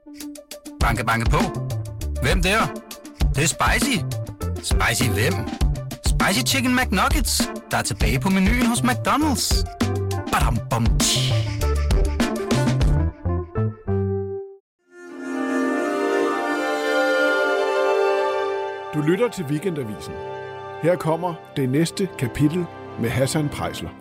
Banke, banke på. Hvem der? Det er spicy. Spicy hvem? Spicy Chicken McNuggets, der er tilbage på menuen hos McDonald's. Badum, bom, tji. Du lytter til Weekendavisen. Her kommer det næste kapitel med Hassan Preisler.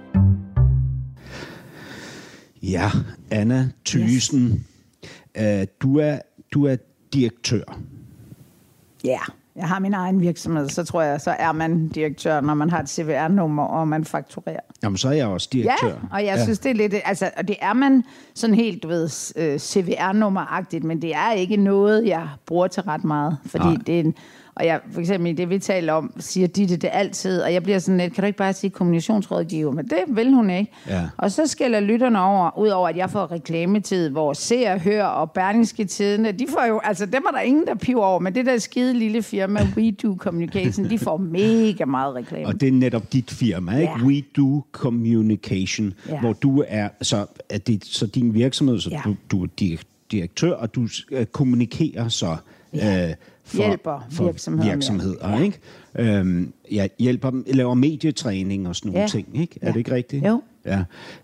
Ja, Anna Thygesen, du er direktør. Ja, jeg har min egen virksomhed, så tror jeg, så er man direktør, når man har et CVR-nummer, og man fakturerer. Jamen, så er jeg også direktør. Ja, og jeg synes, det er lidt... Altså, og det er man sådan helt, du ved, CVR-nummer-agtigt, men det er ikke noget, jeg bruger til ret meget, fordi det er en... Og jeg, for eksempel i det, vi taler om, siger det altid, og jeg bliver sådan lidt, kan du ikke bare sige kommunikationsrådgiver? Men det vil hun ikke. Ja. Og så skælder lytterne over, udover at jeg får reklametid, hvor Ser, Hør og Berlingske Tidende, de får jo, altså dem er der ingen, der piver over, men det der skide lille firma, We Do Communication, de får mega meget reklame. Og det er netop dit firma, ikke? We Do Communication, hvor du er, så din virksomhed, så du er direktør, og du kommunikerer så... hjælper virksomheder, ikke? Jeg hjælper dem, laver medietræning og sådan nogle ting, ikke? Er det ikke rigtigt? Jo. Ja.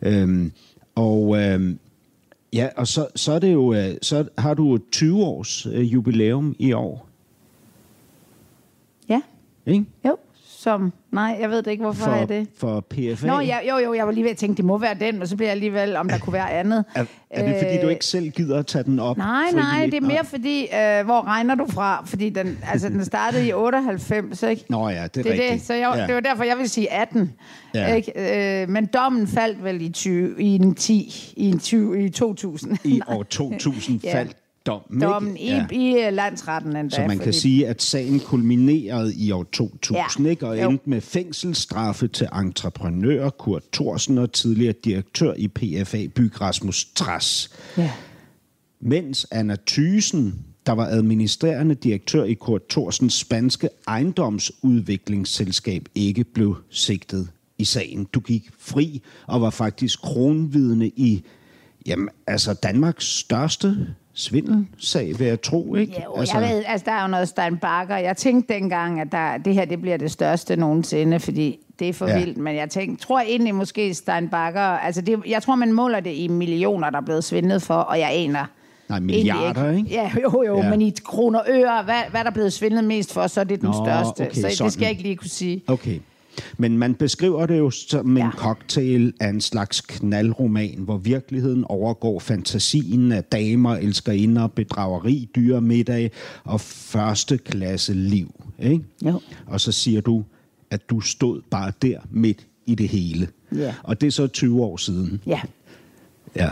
Og så er det jo, så har du 20 års jubilæum i år. Ja. Ikke? Jo. Nej, jeg ved det ikke, hvorfor er det. For PFA? Nå, jeg var lige ved at tænke, det må være den, og så bliver jeg alligevel, om der kunne være andet. Er det, fordi du ikke selv gider at tage den op? Nej, det er mere fordi, hvor regner du fra? Fordi den startede i 98, ikke? Nå ja, det er rigtigt. Det, så det var derfor, jeg vil sige 18. Ja. Ikke? Men dommen faldt vel i 2000. I år 2000 faldt dommen i landsretten endda. Så man kan sige, at sagen kulminerede i år 2000, ikke? Og endte med fængselsstraffe til entreprenør Kurt Thorsen og tidligere direktør i PFA Byg Rasmus Trads. Ja. Mens Anna Thygesen, der var administrerende direktør i Kurt Thorsens spanske ejendomsudviklingsselskab, ikke blev sigtet i sagen. Du gik fri og var faktisk kronvidne i Danmarks største svindelsag, vil jeg tro, ikke? Jo, jeg ved, der er jo noget Steinbacher. Jeg tænkte dengang, at det her, det bliver det største nogensinde, fordi det er for vildt, men jeg tror egentlig måske Steinbacher, jeg tror, man måler det i millioner, der er blevet svindlet for, og jeg aner... Nej, milliarder, ikke? Ja, jo, men i kroner og øre, hvad der er blevet svindlet mest for, så er det den største. Okay, så det skal jeg ikke lige kunne sige. Okay. Men man beskriver det jo som en cocktail af en slags knaldroman, hvor virkeligheden overgår fantasien af damer, elskerinder, bedrageri, dyre middag og første klasse liv. Ikke? Jo. Og så siger du, at du stod bare der midt i det hele. Ja. Og det er så 20 år siden. Ja. Ja.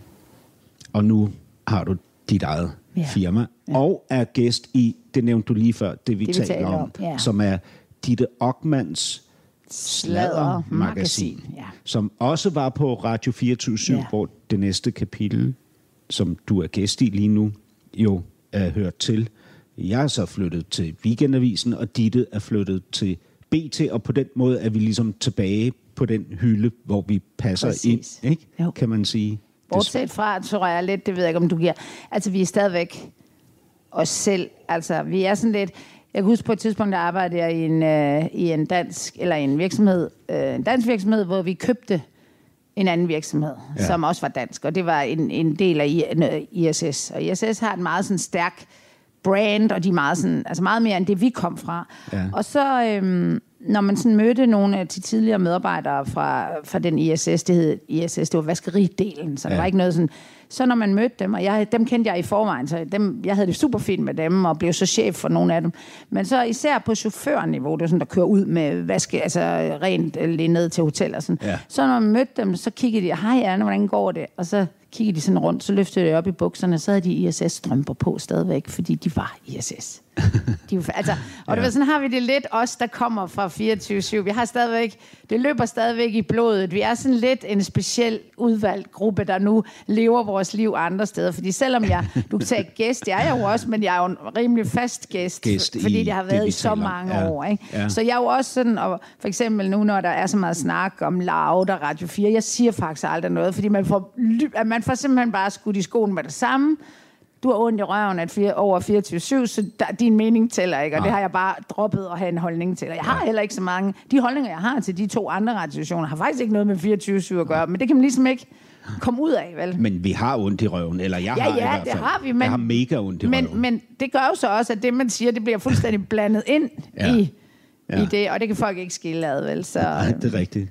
Og nu har du dit eget firma, og er gæst i, det nævnte du lige før, det vi taler om, som er Ditte Okmans Sladdermagasin, som også var på Radio 24/7, hvor det næste kapitel, som du er gæst i lige nu, jo er hørt til. Jeg er så flyttet til Weekendavisen, og Ditte er flyttet til BT, og på den måde er vi ligesom tilbage på den hylde, hvor vi passer ind, ikke? Kan man sige. Bortset fra, tror jeg lidt, det ved jeg ikke, om du giver. Altså, vi er stadigvæk os selv. Altså, vi er sådan lidt... Jeg kan huske på et tidspunkt, der arbejdede jeg i en dansk virksomhed, hvor vi købte en anden virksomhed, som også var dansk, og det var en del af ISS. Og ISS har et meget sådan stærk brand, og de er meget sådan, altså meget mere end det vi kom fra. Ja. Og så når man sådan mødte nogle af de tidligere medarbejdere fra den ISS, det hed ISS, det var vaskeridelen, så der var ikke noget sådan. Så når man mødte dem, og dem kendte jeg i forvejen, så jeg havde det super fint med dem, og blev så chef for nogle af dem. Men så især på chaufførniveau, det er sådan, der kører ud med rent lige ned til hotel og sådan. Ja. Så når man mødte dem, så kiggede de, hej Anne, hvordan går det? Og så kiggede de sådan rundt, så løftede de op i bukserne, så havde de ISS-strømper på stadigvæk, fordi de var ISS. Det var sådan, har vi det lidt, os der kommer fra 24/7. Vi har stadigvæk, det løber stadigvæk i blodet. Vi er sådan lidt en speciel udvalgt gruppe, der nu lever vores liv andre steder. Fordi selvom du kan tage gæst, det er jeg jo også, men jeg er jo en rimelig fast gæst fordi det har været i så mange år. Ikke? Ja. Så jeg er jo også sådan, og for eksempel nu, når der er så meget snak om Loud og Radio 4, jeg siger faktisk aldrig noget, fordi man får simpelthen bare skudt i skoen med det samme. du har ondt i røven over 24/7, så din mening tæller ikke, og det har jeg bare droppet at have en holdning til. Og jeg har heller ikke så mange. De holdninger, jeg har til de 2 andre radiostationer, har faktisk ikke noget med 24/7 at gøre, men det kan man ligesom ikke komme ud af, vel? Men vi har ondt i røven, eller jeg har i hvert fald. Det har vi, men, jeg har mega ondt i røven. Men det gør jo så også, at det, man siger, det bliver fuldstændig blandet ind i det, og det kan folk ikke skille ad, vel? Så, nej, det er rigtigt.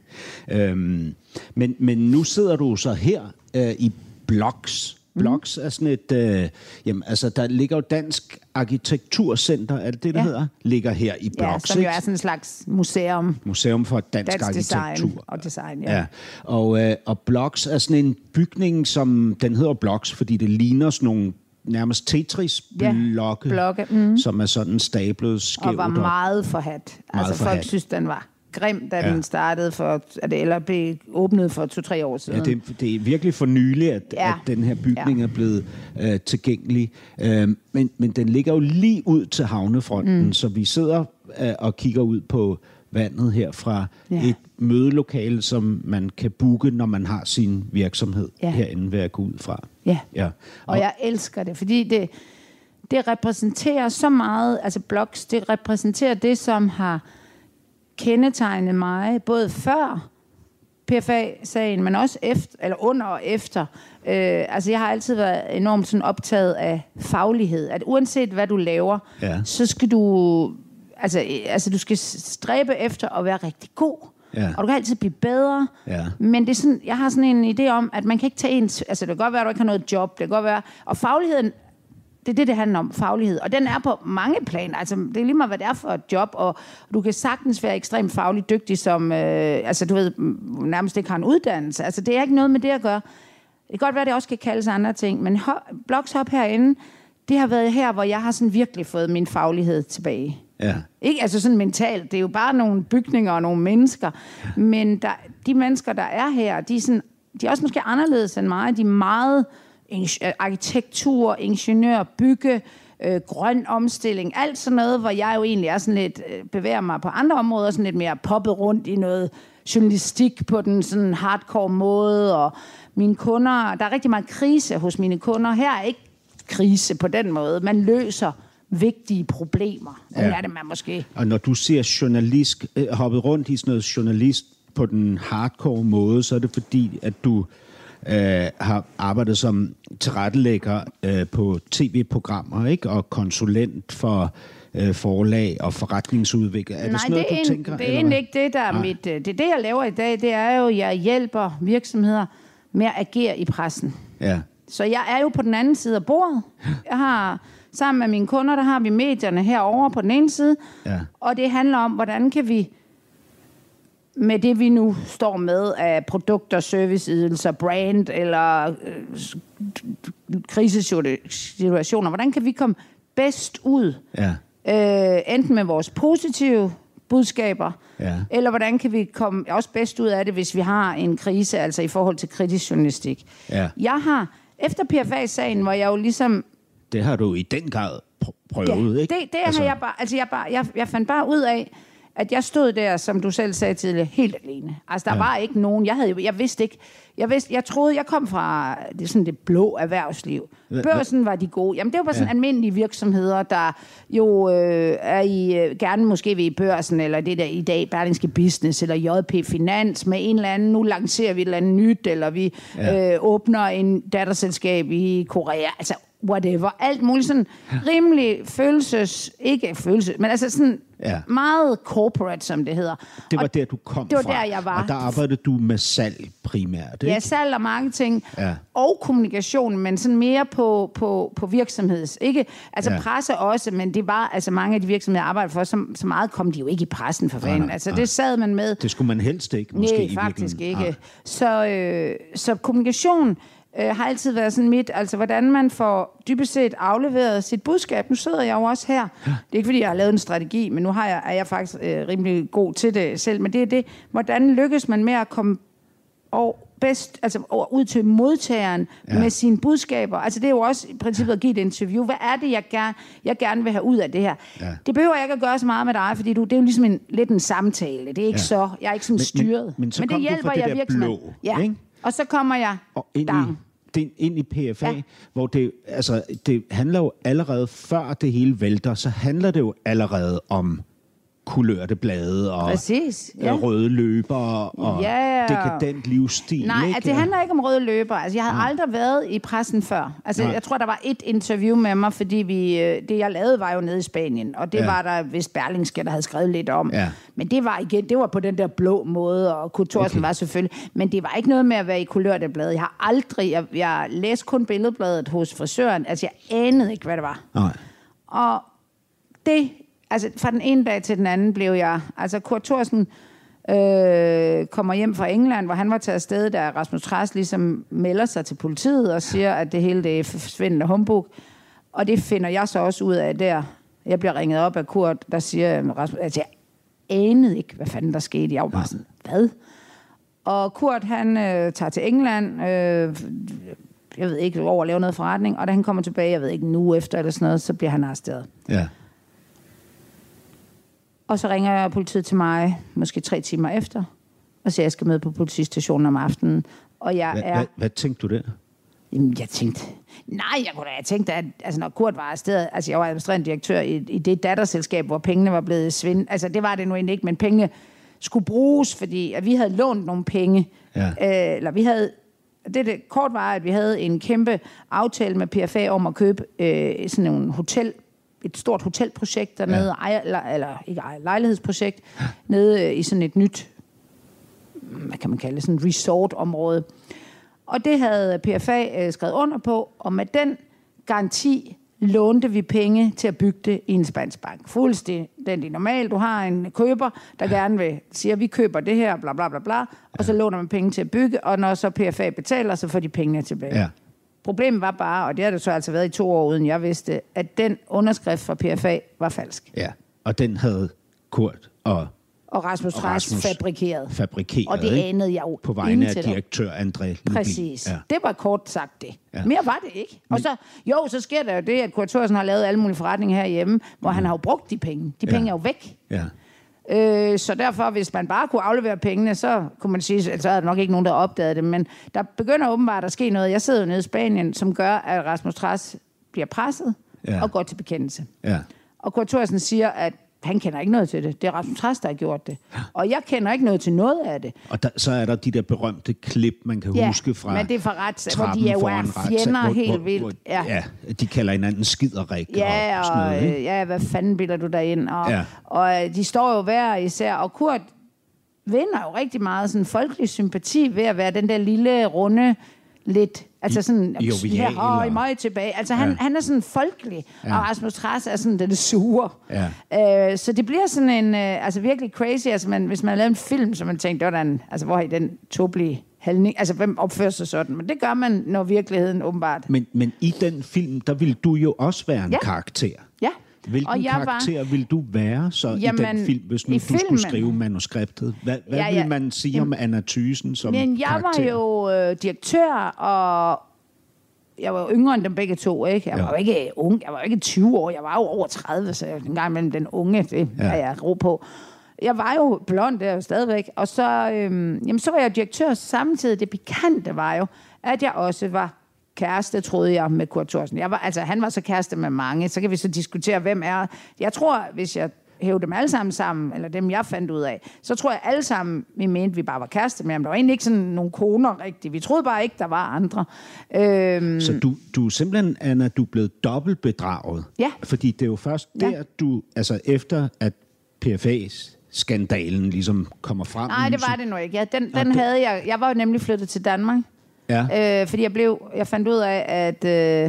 Men nu sidder du så her i Bloks. Bloks er sådan et... jamen, altså, der ligger jo Dansk Arkitekturcenter, er det der hedder? Ligger her i Bloks, ja, som jo er sådan en slags museum. Museum for dansk arkitektur. Design og design, ja. Og Bloks er sådan en bygning, som... Den hedder Bloks, fordi det ligner sådan nogle nærmest Tetris-blokke, som er sådan stablet skævt. Og var meget forhat. Altså, folk synes, den var grim, da den startede eller blev åbnet for 2-3 år siden. Ja, det er virkelig for nylig, at den her bygning er blevet tilgængelig. Men den ligger jo lige ud til havnefronten, så vi sidder og kigger ud på vandet her fra et mødelokale, som man kan booke, når man har sin virksomhed herinde, ved at gå ud fra. Ja. Og jeg elsker det, fordi det repræsenterer så meget, altså Bloks, det repræsenterer det, som har kendetegnet mig, både før PFA-sagen, men også efter, eller under og efter. Altså, jeg har altid været enormt sådan optaget af faglighed. At uanset hvad du laver, så skal du... Altså, du skal stræbe efter at være rigtig god. Ja. Og du kan altid blive bedre. Ja. Men det er sådan, jeg har sådan en idé om, at man kan ikke tage ens... Altså, det kan godt være, at du ikke har noget job. Det kan godt være... Og fagligheden... Det handler om, faglighed. Og den er på mange planer. Altså, det er lige meget, hvad det er for et job, og du kan sagtens være ekstremt fagligt dygtig, som, altså, du ved, nærmest ikke har en uddannelse. Altså, det er ikke noget med det at gøre. Det kan godt være, det også kan kaldes andre ting, men Bloks Hop herinde, det har været her, hvor jeg har sådan virkelig fået min faglighed tilbage. Ja. Ikke altså sådan mentalt. Det er jo bare nogle bygninger og nogle mennesker. Men de mennesker, der er her, de er også måske anderledes end mig. De er meget... arkitektur, ingeniør, bygge, grøn omstilling, alt sådan noget, hvor jeg jo egentlig er sådan lidt, bevæger mig på andre områder, sådan lidt mere poppet rundt i noget journalistik på den sådan hardcore måde, og mine kunder, der er rigtig meget krise hos mine kunder. Her er ikke krise på den måde. Man løser vigtige problemer. Nogle er det man måske. Og når du siger journalist, hoppet rundt i sådan noget journalist på den hardcore måde, så er det fordi, at du har arbejdet som tilrettelægger på tv-programmer, ikke? Og konsulent for forlag og forretningsudvikling. Er det sådan noget, du tænker? Det er egentlig ikke det, der er mit... Det jeg laver i dag, det er jo, at jeg hjælper virksomheder med at agere i pressen. Ja. Så jeg er jo på den anden side af bordet. Jeg har... Sammen med mine kunder, der har vi medierne herovre på den ene side. Ja. Og det handler om, hvordan kan vi med det, vi nu står med af produkter, serviceydelser, brand eller krisesituationer, hvordan kan vi komme bedst ud? Ja. Enten med vores positive budskaber, eller hvordan kan vi komme også bedst ud af det, hvis vi har en krise, altså i forhold til kritisk journalistik. Ja. Jeg har, efter PFA-sagen, hvor jeg jo ligesom... Det har du i den grad prøvet, ikke? Det altså... har jeg bare... Altså jeg fandt bare ud af, at jeg stod der, som du selv sagde tidligere, helt alene. Altså, der var ikke nogen... Jeg vidste ikke... Jeg troede, jeg kom fra det blå erhvervsliv. Børsen var de gode. Jamen, det var bare sådan almindelige virksomheder, der jo gerne måske ved i Børsen, eller det der i dag, Berlingske Business, eller JP Finans, med en eller anden, nu lancerer vi et eller andet nyt, eller vi åbner en datterselskab i Korea. Altså, whatever. Alt muligt sådan rimelig men altså sådan meget corporate, som det hedder. Det var der, du kom fra. Det var der, jeg var. Og der arbejdede du med salg primært, ikke? Ja, salg og marketing og kommunikation, men sådan mere på virksomheds. Ikke? Altså presse også, men det var altså mange af de virksomheder, jeg arbejdede for, så meget kom de jo ikke i pressen for fanden. Altså det sad man med. Det skulle man helst ikke, måske. Nej, faktisk ikke. Så kommunikation har altid været sådan mit, altså hvordan man får dybest set afleveret sit budskab. Nu sidder jeg jo også her. Det er ikke, fordi jeg har lavet en strategi, men nu er jeg faktisk rimelig god til det selv. Men det er det, hvordan lykkes man med at komme ud til modtageren med sine budskaber. Altså det er jo også i princippet at give et interview. Hvad er det, jeg gerne vil have ud af det her? Ja. Det behøver jeg ikke at gøre så meget med dig, fordi det er jo ligesom lidt en samtale. Det er ikke jeg er ikke sådan styret. Men det hjælper jeg virkelig med. Ja. Og så kommer jeg det ind i PFA, hvor det handler jo allerede før det hele vælter, så handler det jo allerede om kulørte blade og røde løber og dekadent livsstil. Nej, ikke? Altså, det handler ikke om røde løber. Altså, jeg havde aldrig været i pressen før. Altså, jeg tror, der var et interview med mig, fordi det jeg lavede var jo nede i Spanien, og det var der vist Berlingske, der havde skrevet lidt om. Ja. Men det var på den der blå måde, og Kurt Thorsen var selvfølgelig. Men det var ikke noget med at være i kulørte blade. Jeg har aldrig, jeg læste kun billedbladet hos frisøren. Altså, jeg anede ikke, hvad det var. Nej. Og det... Altså, fra den ene dag til den anden blev jeg... Altså, Kurt Thorsen kommer hjem fra England, hvor han var taget afsted, da Rasmus Trask ligesom melder sig til politiet og siger, at det hele det er forsvindende humbug. Og det finder jeg så også ud af der. Jeg bliver ringet op af Kurt, der siger, Rasmus, altså, jeg anede ikke, hvad fanden der skete. Jeg var bare sådan, hvad? Og Kurt, han tager til England, jeg ved ikke, over at lave noget forretning, og da han kommer tilbage, jeg ved ikke, en uge efter eller sådan noget, så bliver han arresteret. Ja. Og så ringer politiet til mig, måske 3 timer efter, og siger, at jeg skal med på politistationen om aftenen. Og hvad tænkte du der? Jamen, jeg tænkte... Nej, jeg tænkte, at altså, når Kurt var arresteret... Altså, jeg var administrerende direktør i det datterselskab, hvor pengene var blevet svindlet. Altså, det var det nu egentlig ikke, men pengene skulle bruges, fordi at vi havde lånt nogle penge. Ja. Eller vi havde... Det kort var, at vi havde en kæmpe aftale med PFA om at købe sådan nogle et stort hotelprojekt dernede, lejlighedsprojekt, nede i sådan et nyt, hvad kan man kalde det, sådan et resort-område. Og det havde PFA skrevet under på, og med den garanti lånte vi penge til at bygge det i en spansk bank. Fuldstændig normalt. Du har en køber, der gerne vil sige, at vi køber det her, bla bla bla bla, og så låner man penge til at bygge, og når så PFA betaler, så får de pengene tilbage. Ja. Problemet var bare, og det har det så altså været i 2 år, uden jeg vidste, at den underskrift fra PFA var falsk. Ja, og den havde Kurt og Rasmus Trask fabrikeret. Og det anede jeg jo på vegne af direktør André Lubin. Præcis. Ja. Det var kort sagt det. Ja. Mere var det ikke. Og så sker der jo det, at Kurt Thorsen har lavet alle mulige forretninger herhjemme, hvor han har jo brugt de penge. De penge er jo væk. Ja. Så derfor, hvis man bare kunne aflevere pengene, så kunne man sige, at så er der nok ikke nogen, der opdagede det. Men der begynder åbenbart at ske noget. Jeg sidder jo nede i Spanien, som gør, at Rasmus Trask bliver presset og går til bekendelse. Ja. Og Kurt Thorsen siger, at han kender ikke noget til det. Det er Rasmus Trask, der har gjort det. Og jeg kender ikke noget til noget af det. Og så er der de der berømte klip, man kan huske fra men det er fra hvor de er fjender helt vildt. Ja, de kalder hinanden skiderik og sådan noget. Ikke? Hvad fanden bilder du derind? Og de står jo hver især, og Kurt vinder jo rigtig meget sådan folkelig sympati ved at være den der lille, runde, lidt... Altså sådan, jovial, i mig tilbage. Altså han er sådan folkelig, og Rasmus Trask er sådan den sure. Ja. Så det bliver sådan en, altså virkelig crazy. Altså hvis man har lavet en film, så man tænkte, hvor er den tåbelige handling? Altså hvem opfører sig sådan? Men det gør man, når virkeligheden åbenbart. Men i den film, der vil du jo også være en karakter. Ja. Hvilken karakter vil du være så i den film, hvis nu du skulle skrive manuskriptet? Hvad vil man sige om Anna Thyssen som karakter? Jeg var jo direktør, og jeg var jo yngre end dem begge to, ikke? Jeg var jo ikke ung, jeg var jo ikke 20 år, jeg var jo over 30, så en gang imellem den unge, det har jeg ro på. Jeg var jo blond der jo stadigvæk, og så var jeg direktør samtidig. Det pikante var jo, at jeg også var kæreste, troede jeg, med Kurt Thorsen. Han var så kæreste med mange, så kan vi så diskutere, hvem er... Jeg tror, hvis jeg hæver dem alle sammen, eller dem, jeg fandt ud af, så tror jeg alle sammen, vi mente, vi bare var kæreste med ham. Der var egentlig ikke sådan nogle koner rigtigt. Vi troede bare ikke, der var andre. Så du er simpelthen, Anna, du er blevet dobbelt bedraget. Ja. Fordi det er jo først der, du... Altså efter, at PFA's skandalen ligesom kommer frem. Nej, det var det nu ikke. Den havde jeg... Jeg var jo nemlig flyttet til Danmark. Ja. Fordi jeg fandt ud af, at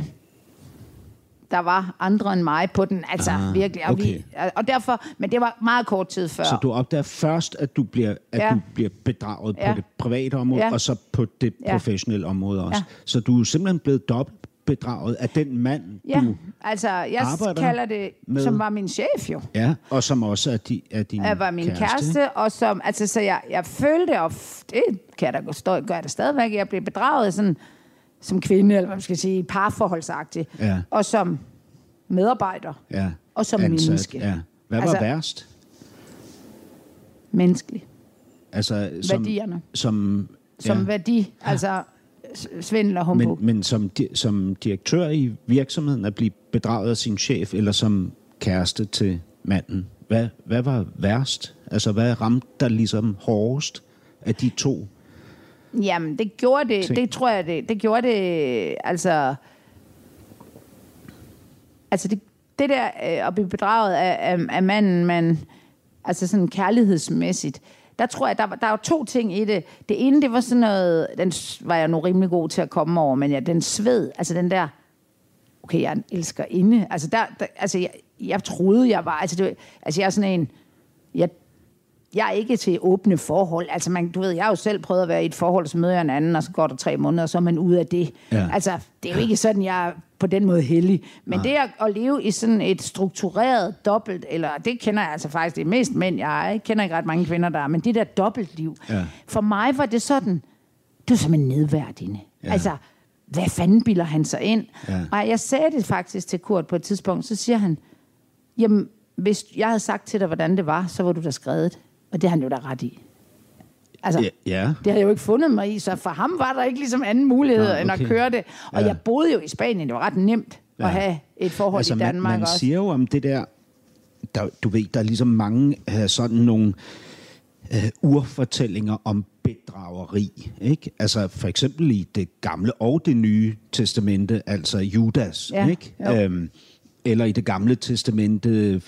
der var andre end mig på den, altså virkelig. Og derfor, men det var meget kort tid før. Så du opdager først, at du bliver bedraget på det private område, og så på det professionelle område også. Så du er simpelthen blevet dobbelt bedraget af den mand, du altså jeg kalder det, med, som var min chef jo. Ja, og som også er din jeg var min kæreste, og som, altså så jeg følte, og det kan jeg da gøre det stadigvæk, jeg blev bedraget sådan, som kvinde, eller hvad man skal sige, parforholdsagtigt, og som medarbejder, og som menneske. Ja. Hvad var værst? Menneskelig. Altså, værdierne. Som værdi, altså svindel og humbug. Men som direktør i virksomheden at blive bedraget af sin chef, eller som kæreste til manden, hvad var værst? Altså, hvad ramte der ligesom hårdest af de to? Jamen, det gjorde det. Det tror jeg, det gjorde det, altså det der at blive bedraget af manden, man, altså sådan kærlighedsmæssigt, der tror jeg, der er jo to ting i det. Det ene, det var sådan noget, den var jeg nu rimelig god til at komme over, men ja, den sved, altså den der, okay, jeg elsker inde, altså jeg troede, jeg var, jeg er sådan en, jeg er ikke til åbne forhold. Altså, du ved, jeg har jo selv prøvet at være i et forhold, så møder jeg en anden, og så går der 3 måneder, og så er man ude af det. Ja. Altså, det er jo ikke sådan, jeg er på den måde heldig. Men det at leve i sådan et struktureret dobbelt, eller det kender jeg altså faktisk, det er mest mænd, jeg kender ikke ret mange kvinder, der er, men det der dobbeltliv. Ja. For mig var det sådan, det var simpelthen nedværdigende. Ja. Altså, hvad fanden bilder han sig ind? Ja. Og jeg sagde det faktisk til Kurt på et tidspunkt, så siger han, jamen, hvis jeg havde sagt til dig, hvordan det var, så var du da skredet. Og det har han jo da ret i. Altså, det har jeg jo ikke fundet mig i, så for ham var der ikke ligesom anden mulighed end at køre det. Og jeg boede jo i Spanien, det var ret nemt at have et forhold i Danmark man også. Man siger jo om det der, du ved, der er ligesom mange sådan nogle urfortællinger om bedrageri, ikke? Altså for eksempel i det gamle og det nye testamente, altså Judas, ikke? Eller i det gamle testamente,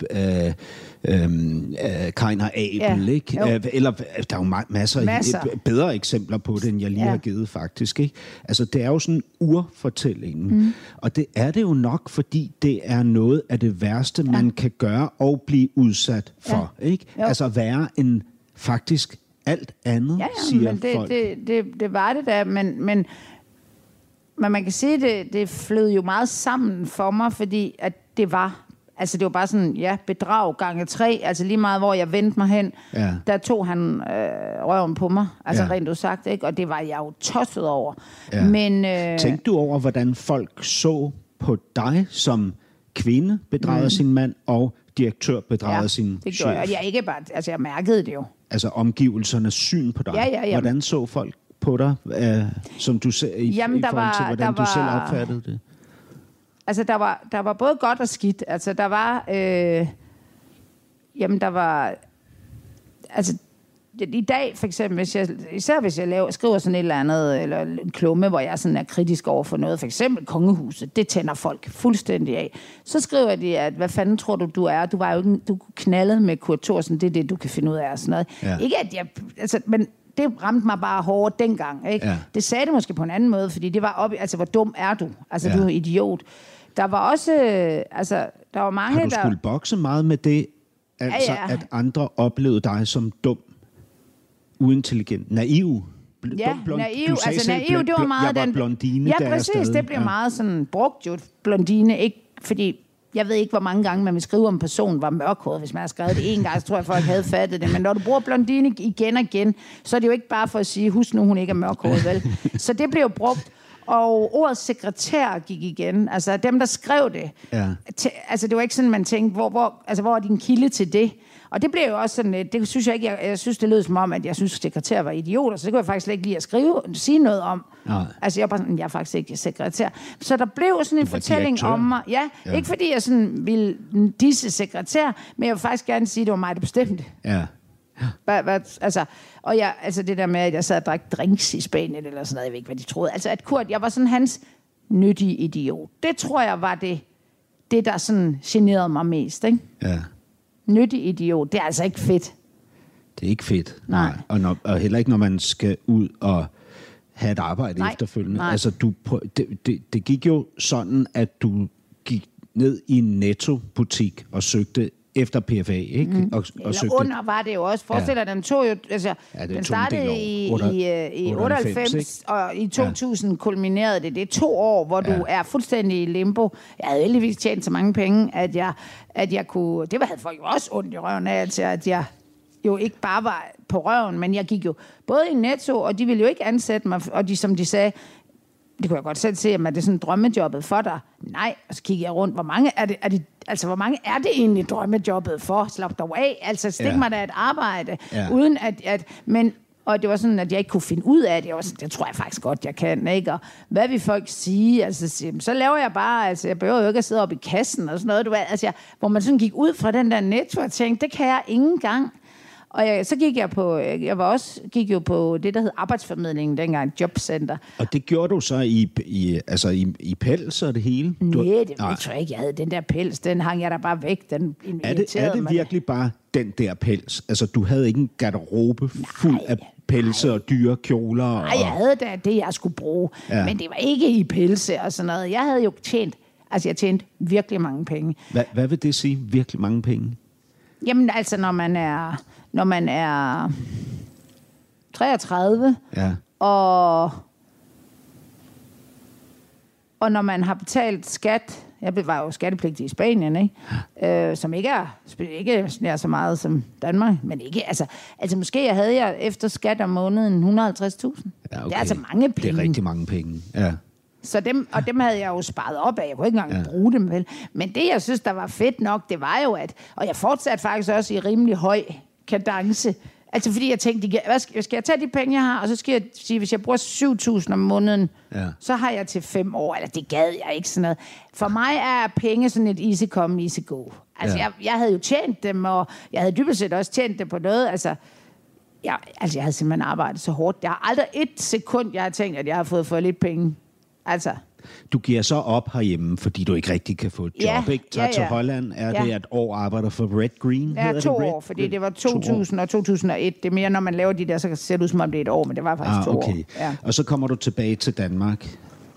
Kain og Abel, ikke? Eller der er jo masser. Bedre eksempler på det, end jeg lige har givet faktisk, ikke? Altså, det er jo sådan urfortællingen. Og det er det jo nok, fordi det er noget af det værste, man kan gøre og blive udsat for, ikke? Altså, være en faktisk alt andet, siger men folk. Det var det da, men man kan sige, det flød jo meget sammen for mig, fordi at det var bare sådan, bedrag gange 3, altså lige meget, hvor jeg vendte mig hen, der tog han røven på mig, altså rent udsagt, ikke? Og det var jeg jo tosset over. Ja. Men tænkte du over, hvordan folk så på dig som kvinde bedragede sin mand, og direktør bedragede sin chef? Det gjorde jeg. Jeg ikke bare, altså jeg mærkede det jo. Altså omgivelsernes syn på dig. Ja. Hvordan så folk på dig, som du ser i forhold til, hvordan du selv opfattede det? Altså, der var både godt og skidt. Altså, der var... Altså, i dag, for eksempel, hvis jeg skriver sådan et eller andet, eller en klumme, hvor jeg sådan er kritisk over for noget, for eksempel kongehuset, det tænder folk fuldstændig af. Så skriver de, at hvad fanden tror du er? Du var jo ikke, du knaldede med Kurt Thorsen, det er det, du kan finde ud af, og sådan noget. Ja. Ikke at jeg... Altså, men det ramte mig bare hårdt dengang, ikke? Ja. Det sagde det måske på en anden måde, fordi det var op... Altså, hvor dum er du? Altså, du er idiot. Der var også... der var mange, har du skulle bokse meget med det? Altså, at andre oplevede dig som dum, uintelligent, naiv? Naiv. Altså, naiv, det var meget... Jeg var blondine, ja, præcis. Det bliver meget sådan brugt jo, blondine. Ikke fordi... Jeg ved ikke, hvor mange gange man vil skrive om en person var mørkhåret. Hvis man har skrevet det en gang, så tror jeg, folk havde fattet det. Men når du bruger blondine igen og igen, så er det jo ikke bare for at sige, husk nu, hun ikke er mørkhåret, vel? Så det blev jo brugt. Og ordet sekretær gik igen. Altså dem, der skrev det. Ja. Altså det var ikke sådan, man tænkte, hvor er din kilde til det? Og det blev jo også sådan, det synes jeg ikke, jeg synes, det lød som om, at jeg synes, sekretær var idioter, så det kunne jeg faktisk ikke lide at sige noget om. Nej. Altså jeg var sådan, jeg er faktisk ikke sekretær. Så der blev sådan en fortælling direktør om mig. Ja, ikke fordi jeg sådan ville disse sekretær, men jeg vil faktisk gerne sige, at det var mig, der bestemte. Ja. Altså det der med, at jeg sad og drak drinks i Spanien, eller sådan noget, jeg ved ikke, hvad de troede. Altså at Kurt, jeg var sådan hans nyttige idiot. Det tror jeg var det der sådan generede mig mest, ikke? Ja. Nyttig idiot, det er altså ikke fedt. Det er ikke fedt. Nej. Og heller ikke, når man skal ud og have et arbejde efterfølgende. Nej. Altså, det gik jo sådan, at du gik ned i en Netto-butik og søgte efter PFA, ikke? Og søgte... under var det jo også. Forestil dig, den tog jo... Altså, den startede i 98, og i 2000 kulminerede det. Det er 2 år, hvor du er fuldstændig i limbo. Jeg havde heldigvis tjent så mange penge, at jeg kunne... Det havde folk jo også ondt i røven af, altså, at jeg jo ikke bare var på røven, men jeg gik jo både i Netto, og de ville jo ikke ansætte mig, og de, som de sagde, det kunne jeg godt selv se, at det er sådan drømmejobbet for dig. Nej, og så kiggede jeg rundt, hvor mange er det egentlig drømmejobbet for? Slap dig af, altså stik mig da et arbejde, uden at men Og det var sådan, at jeg ikke kunne finde ud af det. Jeg var sådan, det tror jeg faktisk godt, jeg kan, ikke? Og hvad vil folk sige? Altså, så laver jeg bare, altså, jeg behøver jo ikke at sidde oppe i kassen og sådan noget. Du ved, altså, hvor man sådan gik ud fra den der Netto og tænkte, det kan jeg ikke engang. Og så gik jeg på, gik jo på det, der hed arbejdsformidlingen dengang, jobcenter. Og det gjorde du så i pels og det hele? Nej, det tror jeg ikke, jeg havde. Den der pels, den hang jeg da bare væk. Den er det virkelig bare den der pels? Altså, du havde ikke en garderobe fuld af pelse og dyre kjoler? Nej, jeg havde da det, jeg skulle bruge. Ja. Men det var ikke i pelse og sådan noget. Jeg havde jo jeg tjente virkelig mange penge. Hvad vil det sige, virkelig mange penge? Jamen, altså, når man er 33, og når man har betalt skat, jeg var jo skattepligtig i Spanien, ikke? Som ikke er så meget som Danmark, men ikke, altså måske havde jeg efter skat om måneden 150.000. Ja, okay. Det er altså mange penge. Det er rigtig mange penge, ja. Så dem havde jeg jo sparet op af. Jeg kunne ikke engang bruge dem vel. Men det, jeg synes, der var fedt nok, det var jo, og jeg fortsatte faktisk også i rimelig høj kadence. Altså fordi jeg tænkte, skal jeg tage de penge, jeg har, og så skal jeg sige, hvis jeg bruger 7.000 om måneden, så har jeg til 5 år. Eller det gad jeg ikke sådan noget. For mig er penge sådan et easy come, easy go. Altså jeg havde jo tjent dem, og jeg havde dybest set også tjent det på noget. Altså jeg havde simpelthen arbejdet så hårdt. Jeg har aldrig et sekund, jeg har tænkt, at jeg har fået for lidt penge. Altså. Du giver så op herhjemme, fordi du ikke rigtig kan få et job, ikke? Tager til Holland, det et år arbejder for Red Green? Ja, 2 år, fordi det var 2000 og 2001. Det er mere, når man laver de der, så ser det ud som om det er et år, men det var faktisk 2 år. Ja. Og så kommer du tilbage til Danmark.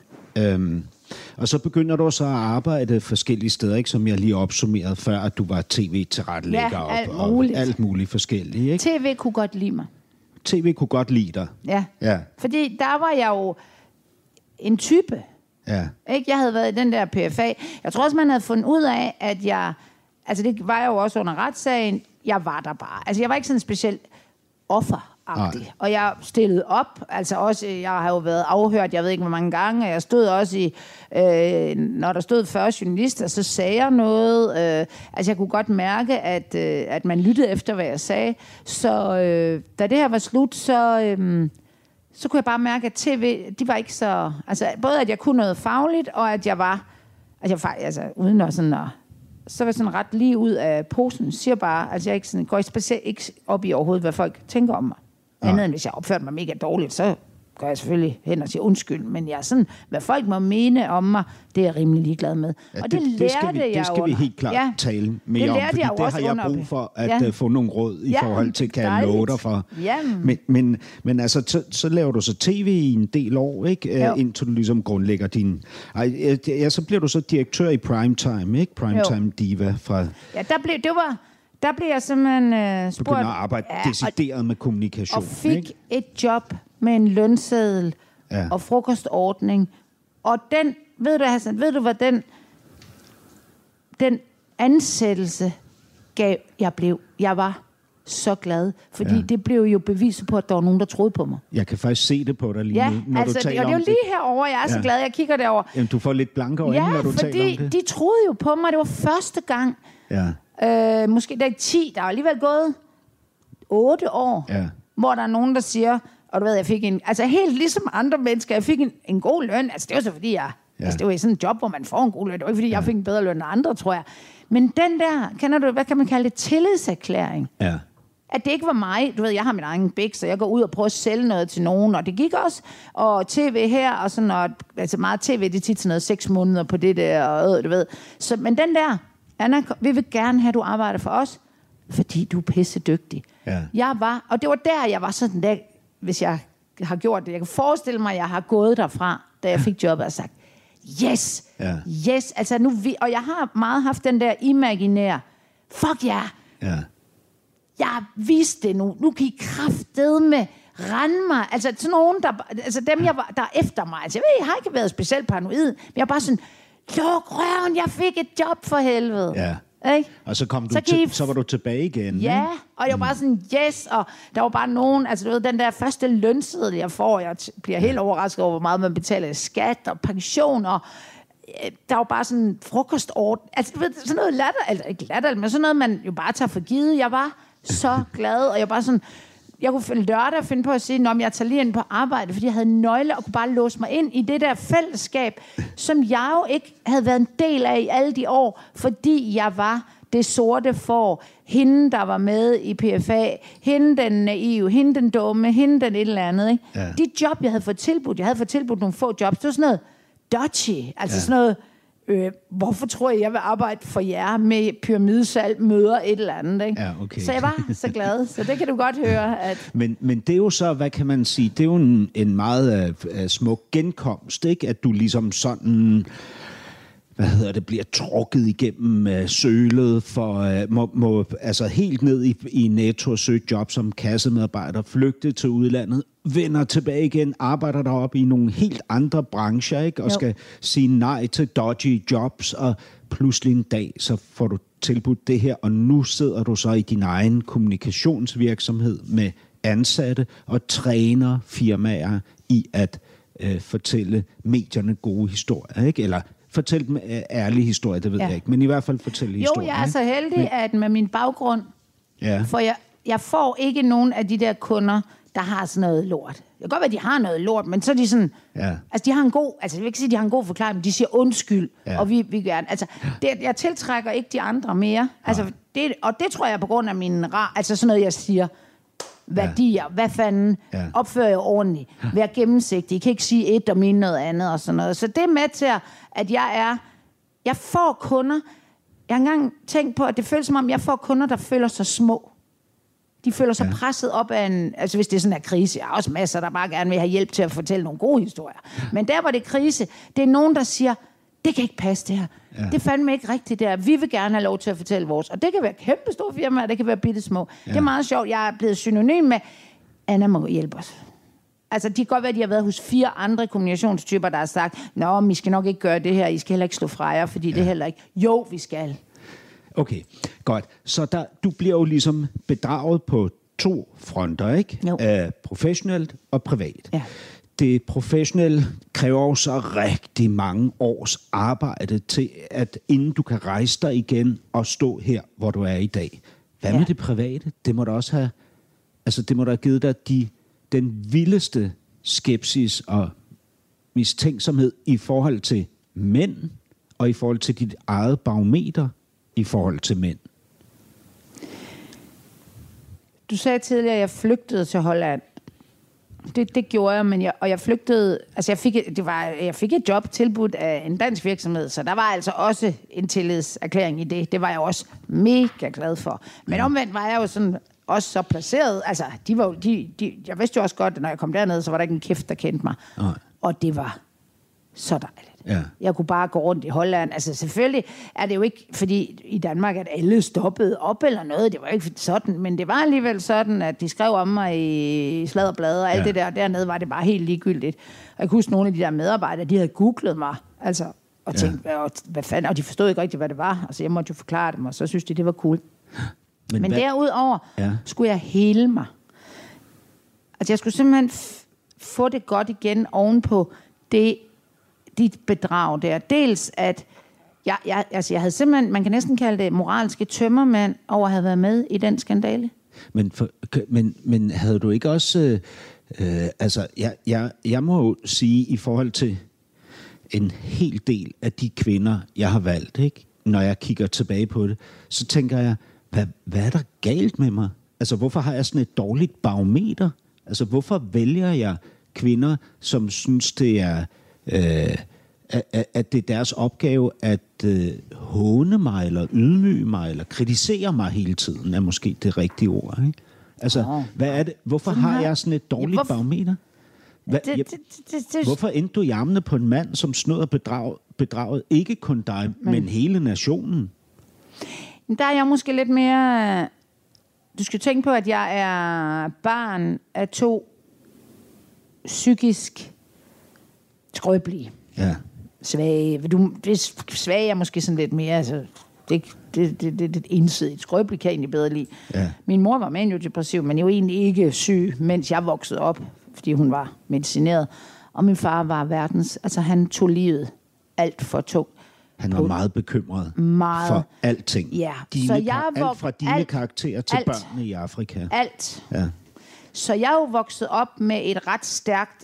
Og så begynder du så at arbejde forskellige steder, ikke? Som jeg lige opsummerede før, at du var tv-tilrettelægger og alt muligt forskelligt, ikke? TV kunne godt lide mig. TV kunne godt lide dig? Ja. Fordi der var jeg jo en type. Ja. Ikke? Jeg havde været i den der PFA. Jeg tror også, man havde fundet ud af, at det var jeg jo også under retssagen, jeg var der bare. Altså, jeg var ikke sådan specielt offeragtig. Og jeg stillede op, altså også, jeg har jo været afhørt, jeg ved ikke hvor mange gange, og jeg stod også i, når der stod 40 journalister, så sagde jeg noget. Altså, jeg kunne godt mærke, at man lyttede efter, hvad jeg sagde. Så da det her var slut, så kunne jeg bare mærke, at TV, de var ikke så... Altså, både at jeg kunne noget fagligt, og at jeg var... uden at sådan... Så var jeg sådan ret lige ud af posen. Siger bare, altså jeg ikke sådan, går specielt ikke op i overhovedet, hvad folk tænker om mig. Andet end hvis jeg opførte mig mega dårligt, så går jeg selvfølgelig hen og siger undskyld. Men jeg er sådan, hvad folk må mene om mig, det er jeg rimelig ligeglad med. Ja, og det skal vi helt klart tale mere om, fordi det har jeg brug for at få nogle råd i forhold til, kan jeg love dig for. Men altså, så laver du så tv i en del år, ikke? Indtil du ligesom grundlægger din... så bliver du så direktør i Primetime, ikke? Primetime Diva fra... Ja, der blev jeg simpelthen spurgt... Du begynder at arbejde decideret med kommunikation, og fik et job med en lønseddel og frokostordning. Og den, ved du Hassan, hvad den ansættelse gav, jeg var så glad, fordi det blev jo beviset på, at der var nogen, der troede på mig. Jeg kan faktisk se det på dig lige nu, når du taler om det. Og det er jo lige herovre, jeg er så glad, jeg kigger derover. Jamen, du får lidt blanke øjne, når du taler om det. fordi de troede jo på mig, det var første gang. Måske der er 10, der er alligevel gået 8 år, hvor der er nogen, der siger, og du ved, jeg fik helt ligesom andre mennesker, jeg fik en god løn. Altså, det var så fordi, det var sådan en job, hvor man får en god løn. Det var ikke fordi, jeg fik en bedre løn end andre, tror jeg. Men den der, kender du, hvad kan man kalde det, tillidserklæring? Ja. At det ikke var mig. Du ved, jeg har min egen bæk, så jeg går ud og prøver at sælge noget til nogen, og det gik også. Og tv her, og sådan noget, altså meget tv, det er tit sådan noget 6 måneder på det der, og du ved. Så, men den der, Anna, vi vil gerne have, at du arbejder for os, fordi du er pisse dygtig. Ja. Og det var der, jeg var sådan der, hvis jeg har gjort det. Jeg kan forestille mig, at jeg har gået derfra, da jeg fik jobbet og sagt, yes, altså nu og jeg har meget haft den der imaginære, fuck ja, jeg viste det nu kan I kraftedeme rende mig, altså sådan nogen, dem der er efter mig, altså jeg har ikke været specielt paranoid, men jeg er bare sådan, luk røven, jeg fik et job for helvede. Ja. Ikke? Og så var du tilbage igen. Ja, og jeg var bare sådan, yes, og der var bare nogen, altså du ved, den der første lønseddel, jeg får, jeg bliver helt overrasket over, hvor meget man betaler skat og pension, og der var bare sådan frokostordning, altså du ved, sådan noget ikke latter, men sådan noget, man jo bare tager for givet. Jeg var så glad, og jeg var bare sådan, Jeg kunne lørdag finde på at sige, om jeg tager lige ind på arbejde, fordi jeg havde nøgle og kunne bare låse mig ind i det der fællesskab, som jeg jo ikke havde været en del af i alle de år, fordi jeg var det sorte får, hende, der var med i PFA, hende den naive, hende den dumme, hende den et eller andet. Ikke? Ja. De job, jeg havde fået tilbudt nogle få jobs, det var sådan noget dodgy, altså sådan noget, hvorfor tror jeg vil arbejde for jer med pyramidesal, møder et eller andet. Ikke? Ja, okay. Så jeg var så glad, så det kan du godt høre. At men det er jo så, hvad kan man sige, det er jo en meget smuk genkomst, ikke? At du ligesom sådan, bliver trukket igennem sølet for, altså helt ned i Netto og søge job som kassemedarbejder, flygte til udlandet, vender tilbage igen, arbejder deroppe i nogle helt andre brancher, ikke? Og skal sige nej til dodgy jobs, og pludselig en dag, så får du tilbudt det her, og nu sidder du så i din egen kommunikationsvirksomhed med ansatte og træner firmaer i at fortælle medierne gode historier, ikke? Eller fortælle dem ærlige historier, det ved jeg ikke, men i hvert fald fortælle historier. Jo, jeg er så heldig, at med min baggrund, for jeg får ikke nogen af de der kunder, der har sådan noget lort. Det kan godt være, at de har noget lort, men så er de sådan, altså de har en god, altså jeg vil ikke sige, at de har en god forklaring, men de siger undskyld, og vi gerne, altså jeg tiltrækker ikke de andre mere, altså og det tror jeg på grund af min altså sådan noget, jeg siger, værdier, hvad fanden, opfører jeg ordentligt, vær gennemsigtig, I kan ikke sige et og mene noget andet og sådan noget. Så det er med til, at jeg får kunder, jeg har engang tænkt på, at det føles som om, jeg får kunder, der føler sig små. De føler sig presset op af en, altså hvis det er sådan en krise, jeg har også masser, der bare gerne vil have hjælp til at fortælle nogle gode historier. Men der, hvor det er krise, det er nogen, der siger, det kan ikke passe det her. Det er fandme ikke rigtigt der. Vi vil gerne have lov til at fortælle vores. Og det kan være kæmpe store firmaer, det kan være bitte små. Det er meget sjovt. Jeg er blevet synonym med, Anna må hjælpe os. Altså, det kan godt være, at de har været hos 4 andre kommunikationstyper, der har sagt, I skal nok ikke gøre det her, I skal heller ikke slå fra jer, fordi det heller ikke. Jo, vi skal. Okay, godt. Så du bliver jo ligesom bedraget på 2 fronter, ikke? Professionelt og privat. Ja. Det professionelle kræver så rigtig mange års arbejde til, at inden du kan rejse dig igen og stå her, hvor du er i dag. Hvad med det private? Det må da også have, altså det må da have givet dig den vildeste skepsis og mistænksomhed i forhold til mænd, og i forhold til dit eget barometer i forhold til mænd. Du sagde tidligere, at jeg flygtede til Holland. Det gjorde jeg, jeg flygtede, altså jeg fik et job tilbudt af en dansk virksomhed, så der var altså også en tillidserklæring i det. Det var jeg også mega glad for. Men omvendt var jeg jo sådan også så placeret, altså jeg vidste jo også godt, at når jeg kom derned, så var der ikke en kæft, der kendte mig. Og det var så dejligt. Ja. Jeg kunne bare gå rundt i Holland. Altså selvfølgelig er det jo ikke, fordi i Danmark, at alle stoppede op eller noget. Det var ikke sådan, men det var alligevel sådan, at de skrev om mig i sladderblade og alt det der. Dernede var det bare helt ligegyldigt. Og jeg kunne huske, nogle af de der medarbejdere, de havde googlet mig. Altså, og tænkte, hvad fanden? Og de forstod ikke rigtig, hvad det var. Altså jeg måtte jo forklare dem, og så synes de, det var cool. Men derudover skulle jeg hele mig. Altså jeg skulle simpelthen få det godt igen ovenpå dit bedrag der. Dels at jeg havde simpelthen, man kan næsten kalde det moralske tømmermand over at have været med i den skandale. Men havde du ikke også jeg må jo sige i forhold til en hel del af de kvinder jeg har valgt, ikke? Når jeg kigger tilbage på det, så tænker jeg, hvad er der galt med mig? Altså hvorfor har jeg sådan et dårligt barometer? Altså hvorfor vælger jeg kvinder, som synes det er at det er deres opgave at håne mig, eller ydmyge mig, eller kritisere mig hele tiden, er måske det rigtige ord, ikke? Altså, hvad er det? Hvorfor har jeg sådan et dårligt barometer? Hvorfor endte du i armene på en mand, som snød og bedraget ikke kun dig, men hele nationen? Der er jeg måske lidt mere... Du skal tænke på, at jeg er barn af 2 psykisk skrøbelige. Ja. Svage. Svage er måske sådan lidt mere, altså, det er ensidigt. Skrøbelig kan jeg egentlig bedre lide. Ja. Min mor var maniodepressiv, men jo egentlig ikke syg, mens jeg voksede op, fordi hun var medicineret. Og min far var verdens, altså han tog livet alt for tungt. Han var meget bekymret for alting. Ja. Alt fra dine karakterer til børnene i Afrika. Alt. Ja. Så jeg er jo vokset op med et ret stærkt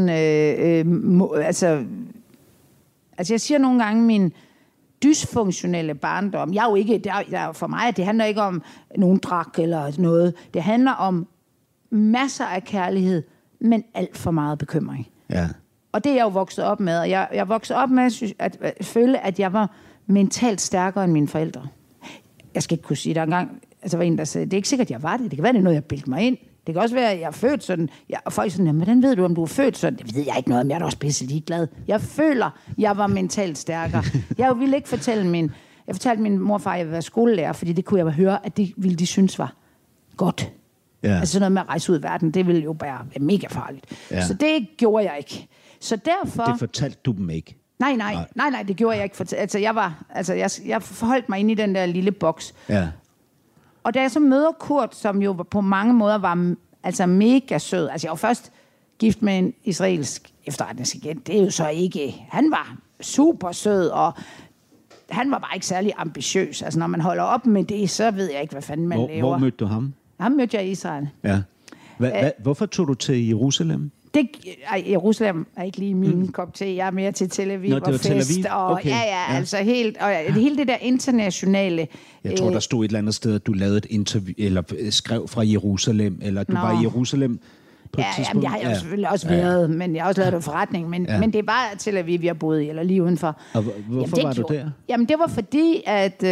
altså jeg siger nogle gange min dysfunktionelle barndom. Jeg er jo ikke, der for mig, det handler ikke om nogen drak eller noget. Det handler om masser af kærlighed, men alt for meget bekymring. Ja. Og det er jeg jo vokset op med. Og jeg voksede op med at føle, at jeg var mentalt stærkere end mine forældre. Jeg skal ikke kunne sige, der engang var en, der sagde, det er ikke sikkert, jeg var det. Det kan være, det er noget, jeg bildte mig ind. Det kan også være, at jeg er født sådan. Og folk sådan, hvordan ved du, om du er født sådan? Det ved jeg ikke noget om. Jeg er da også pisse ligeglad. Jeg føler, jeg var mentalt stærkere. Jeg ville ikke fortælle jeg fortalte min morfar, at jeg ville være skolelærer, fordi det kunne jeg høre, at det ville de synes var godt. Ja. Altså sådan noget med at rejse ud i verden, det ville jo bare være mega farligt. Ja. Så det gjorde jeg ikke. Så derfor... Det fortalte du dem ikke? Nej, det gjorde jeg ikke. Jeg forholdt mig inde i den der lille boks. Ja. Og da jeg så møder Kurt, som jo på mange måder var mega sød. Altså jeg var først gift med en israelsk efterretningsagent. Det er jo så ikke... Han var super sød, og han var bare ikke særlig ambitiøs. Altså når man holder op med det, så ved jeg ikke, hvad fanden man laver. Hvor mødte du ham? Ham mødte jeg i Israel. Ja. Hvorfor tog du til Jerusalem? Jerusalem er ikke lige min kop te. Jeg er mere til Tel Aviv og fest. Tel Aviv? Og, okay. Altså hele det der internationale... Jeg tror, der stod et eller andet sted, at du lavede et interview, eller skrev fra Jerusalem, eller du var i Jerusalem på et tidspunkt. Det har jeg jo selvfølgelig også været, men jeg har også lavet en forretning. Men det var Tel Aviv, jeg boede i, eller lige udenfor. Og hvorfor var du der? Jamen, det var fordi, at...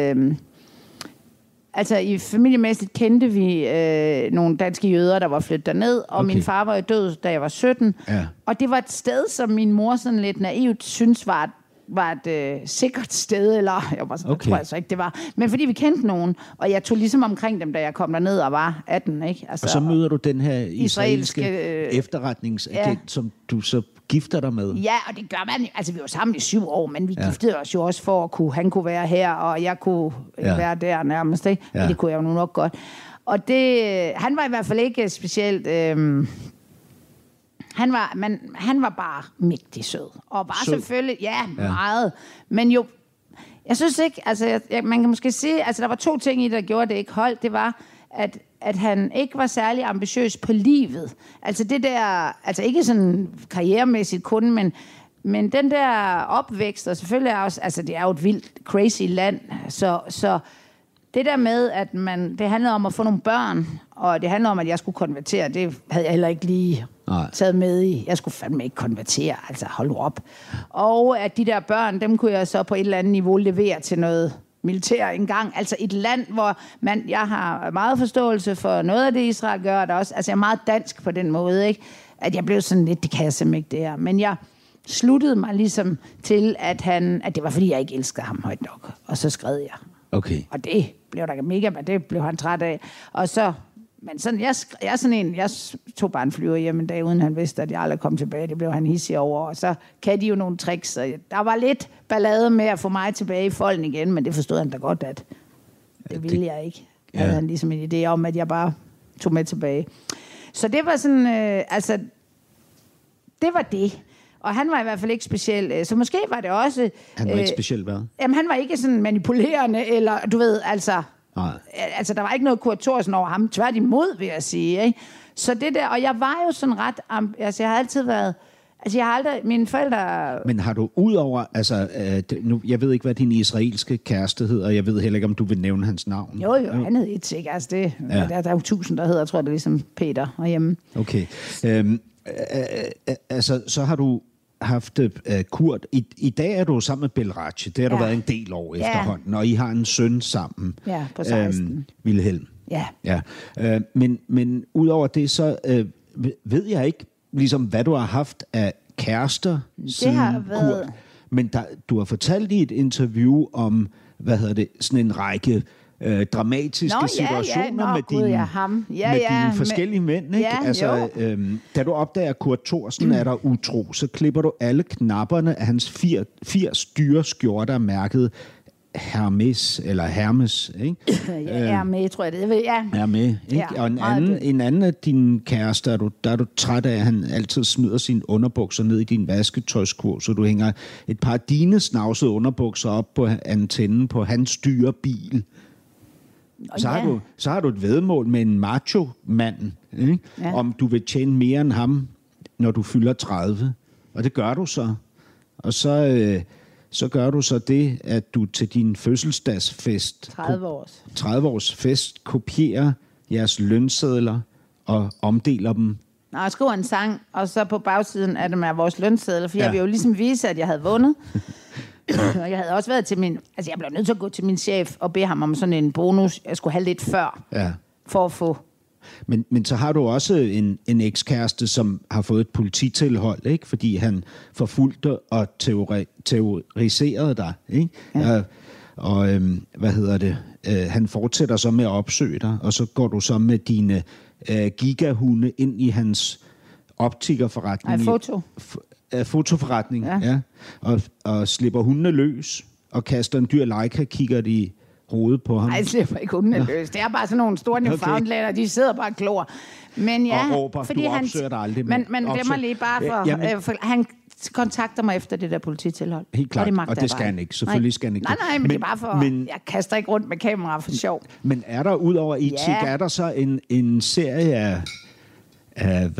i familiemæssigt kendte vi nogle danske jøder, der var flyttet derned, og min far var jo død, da jeg var 17. Ja. Og det var et sted, som min mor sådan lidt naivt synes var et sikkert sted, eller jeg tror altså ikke, det var. Men fordi vi kendte nogen, og jeg tog ligesom omkring dem, da jeg kom derned og var 18, ikke? Altså, og så møder du den her israelske efterretningsagent, som du så gifter dig med. Ja, og det gør man. Altså, vi var sammen i 7 år, men vi giftede os jo også for, at han kunne være her, og jeg kunne være der nærmest, ikke? Ja. Det kunne jeg jo nu nok godt. Og han var i hvert fald ikke specielt... Han var bare mægtig sød. Og bare selvfølgelig, meget. Men jo, jeg synes ikke, altså man kan måske sige, altså der var 2 ting i det, der gjorde det ikke holdt. Det var, at han ikke var særlig ambitiøs på livet. Altså det der, altså ikke sådan karrieremæssigt kun, men den der opvækst, og selvfølgelig er også, altså det er jo et vildt crazy land, så det der med, at det handlede om at få nogle børn, og det handlede om, at jeg skulle konvertere, det havde jeg heller ikke lige taget med i. Jeg skulle fandme ikke konvertere, altså hold nu op. Og at de der børn, dem kunne jeg så på et eller andet niveau levere til noget militær engang. Altså et land, hvor jeg har meget forståelse for noget af det, Israel gør, der også, altså jeg er meget dansk på den måde, ikke? At jeg blev sådan lidt, det kan jeg simpelthen ikke det her. Men jeg sluttede mig ligesom til, at det var fordi, jeg ikke elskede ham højt nok. Og så skrev jeg. Okay. Og det blev der mega, men det blev han træt af. Og så, men sådan, jeg tog bare en flyver hjem en dag, uden han vidste, at jeg aldrig kom tilbage. Det blev han hissig over. Og så kan de jo nogle tricks. Og der var lidt ballade med at få mig tilbage i folden igen, men det forstod han da godt, at det ville jeg ikke. Ja. Havde han ligesom en idé om, at jeg bare tog med tilbage. Så det var sådan, det var det. Og han var i hvert fald ikke speciel, så måske var det også... Han var ikke speciel, hvad? Jamen, han var ikke sådan manipulerende, eller du ved, altså... Nej. Altså, der var ikke noget Kurt Thorsen over ham. Tværtimod, vil jeg sige, ikke? Så det der... Og jeg var jo sådan ret... Altså, jeg har altid været... Altså, jeg har aldrig... Mine forældre... Men har du udover... Altså, nu, jeg ved ikke, hvad din israelske kæreste hedder, jeg ved heller ikke, om du vil nævne hans navn. Jo, han hed Itzig. Altså, det... Ja. Der er jo 1000, der hedder, jeg tror, det er ligesom Peter herhjemme. Okay. Altså, så har du haft Kurt. I dag er du sammen med Belracci. Det har du været en del år efterhånden, og I har en søn sammen. Ja, på 16. Wilhelm. Ja. Men udover det, så ved jeg ikke, ligesom, hvad du har haft af kærester siden Kurt. Men du har fortalt i et interview om, sådan en række dramatiske situationer med dine forskellige mænd, ikke? Da du opdager Kurt Thorsen er der utro, så klipper du alle knapperne af hans 80 dyre skjorter mærket Hermes, ikke? Hermes, tror jeg det ved, ja. Hermes, ikke? Ja, og en anden af dine kærester, der er du træt af, at han altid smider sine underbukser ned i din vasketøjskurv, så du hænger et par af dine snavsede underbukser op på antennen på hans dyre bil. Så har du et væddemål med en macho-mand, ikke? Om du vil tjene mere end ham, når du fylder 30. Og det gør du så. Og så gør du så det, at du til din fødselsdagsfest... 30 års fest kopierer jeres lønsedler og omdeler dem. Nå, jeg skriver en sang, og så på bagsiden af dem er vores lønsedler, for jeg vil jo ligesom vise, at jeg havde vundet. Og jeg havde også været til jeg blev nødt til at gå til min chef og bede ham om sådan en bonus, jeg skulle have lidt før, for at få... Men så har du også en ekskæreste, som har fået et polititilhold, ikke? Fordi han forfulgte og terroriserede dig, ikke? Ja. Han fortsætter så med at opsøge dig, og så går du så med dine gigahunde ind i hans optikerforretning. Fotoforretning, ja. Og slipper hundene løs og kaster en dyr Leica-kikkert i hovedet på ham. Nej, jeg slipper ikke hundene løs. Det er bare sådan nogle store Newfoundlander, de sidder bare og glor. Men ja, og råber, fordi du opsøger dig aldrig. Man glemmer lige bare for han kontakter mig efter det der polititilhold. Helt klart, og det skal han ikke. Selvfølgelig skal han ikke. Nej, men det er bare for... jeg kaster ikke rundt med kamera for sjov. Men er der, ud over etik, er der så en serie af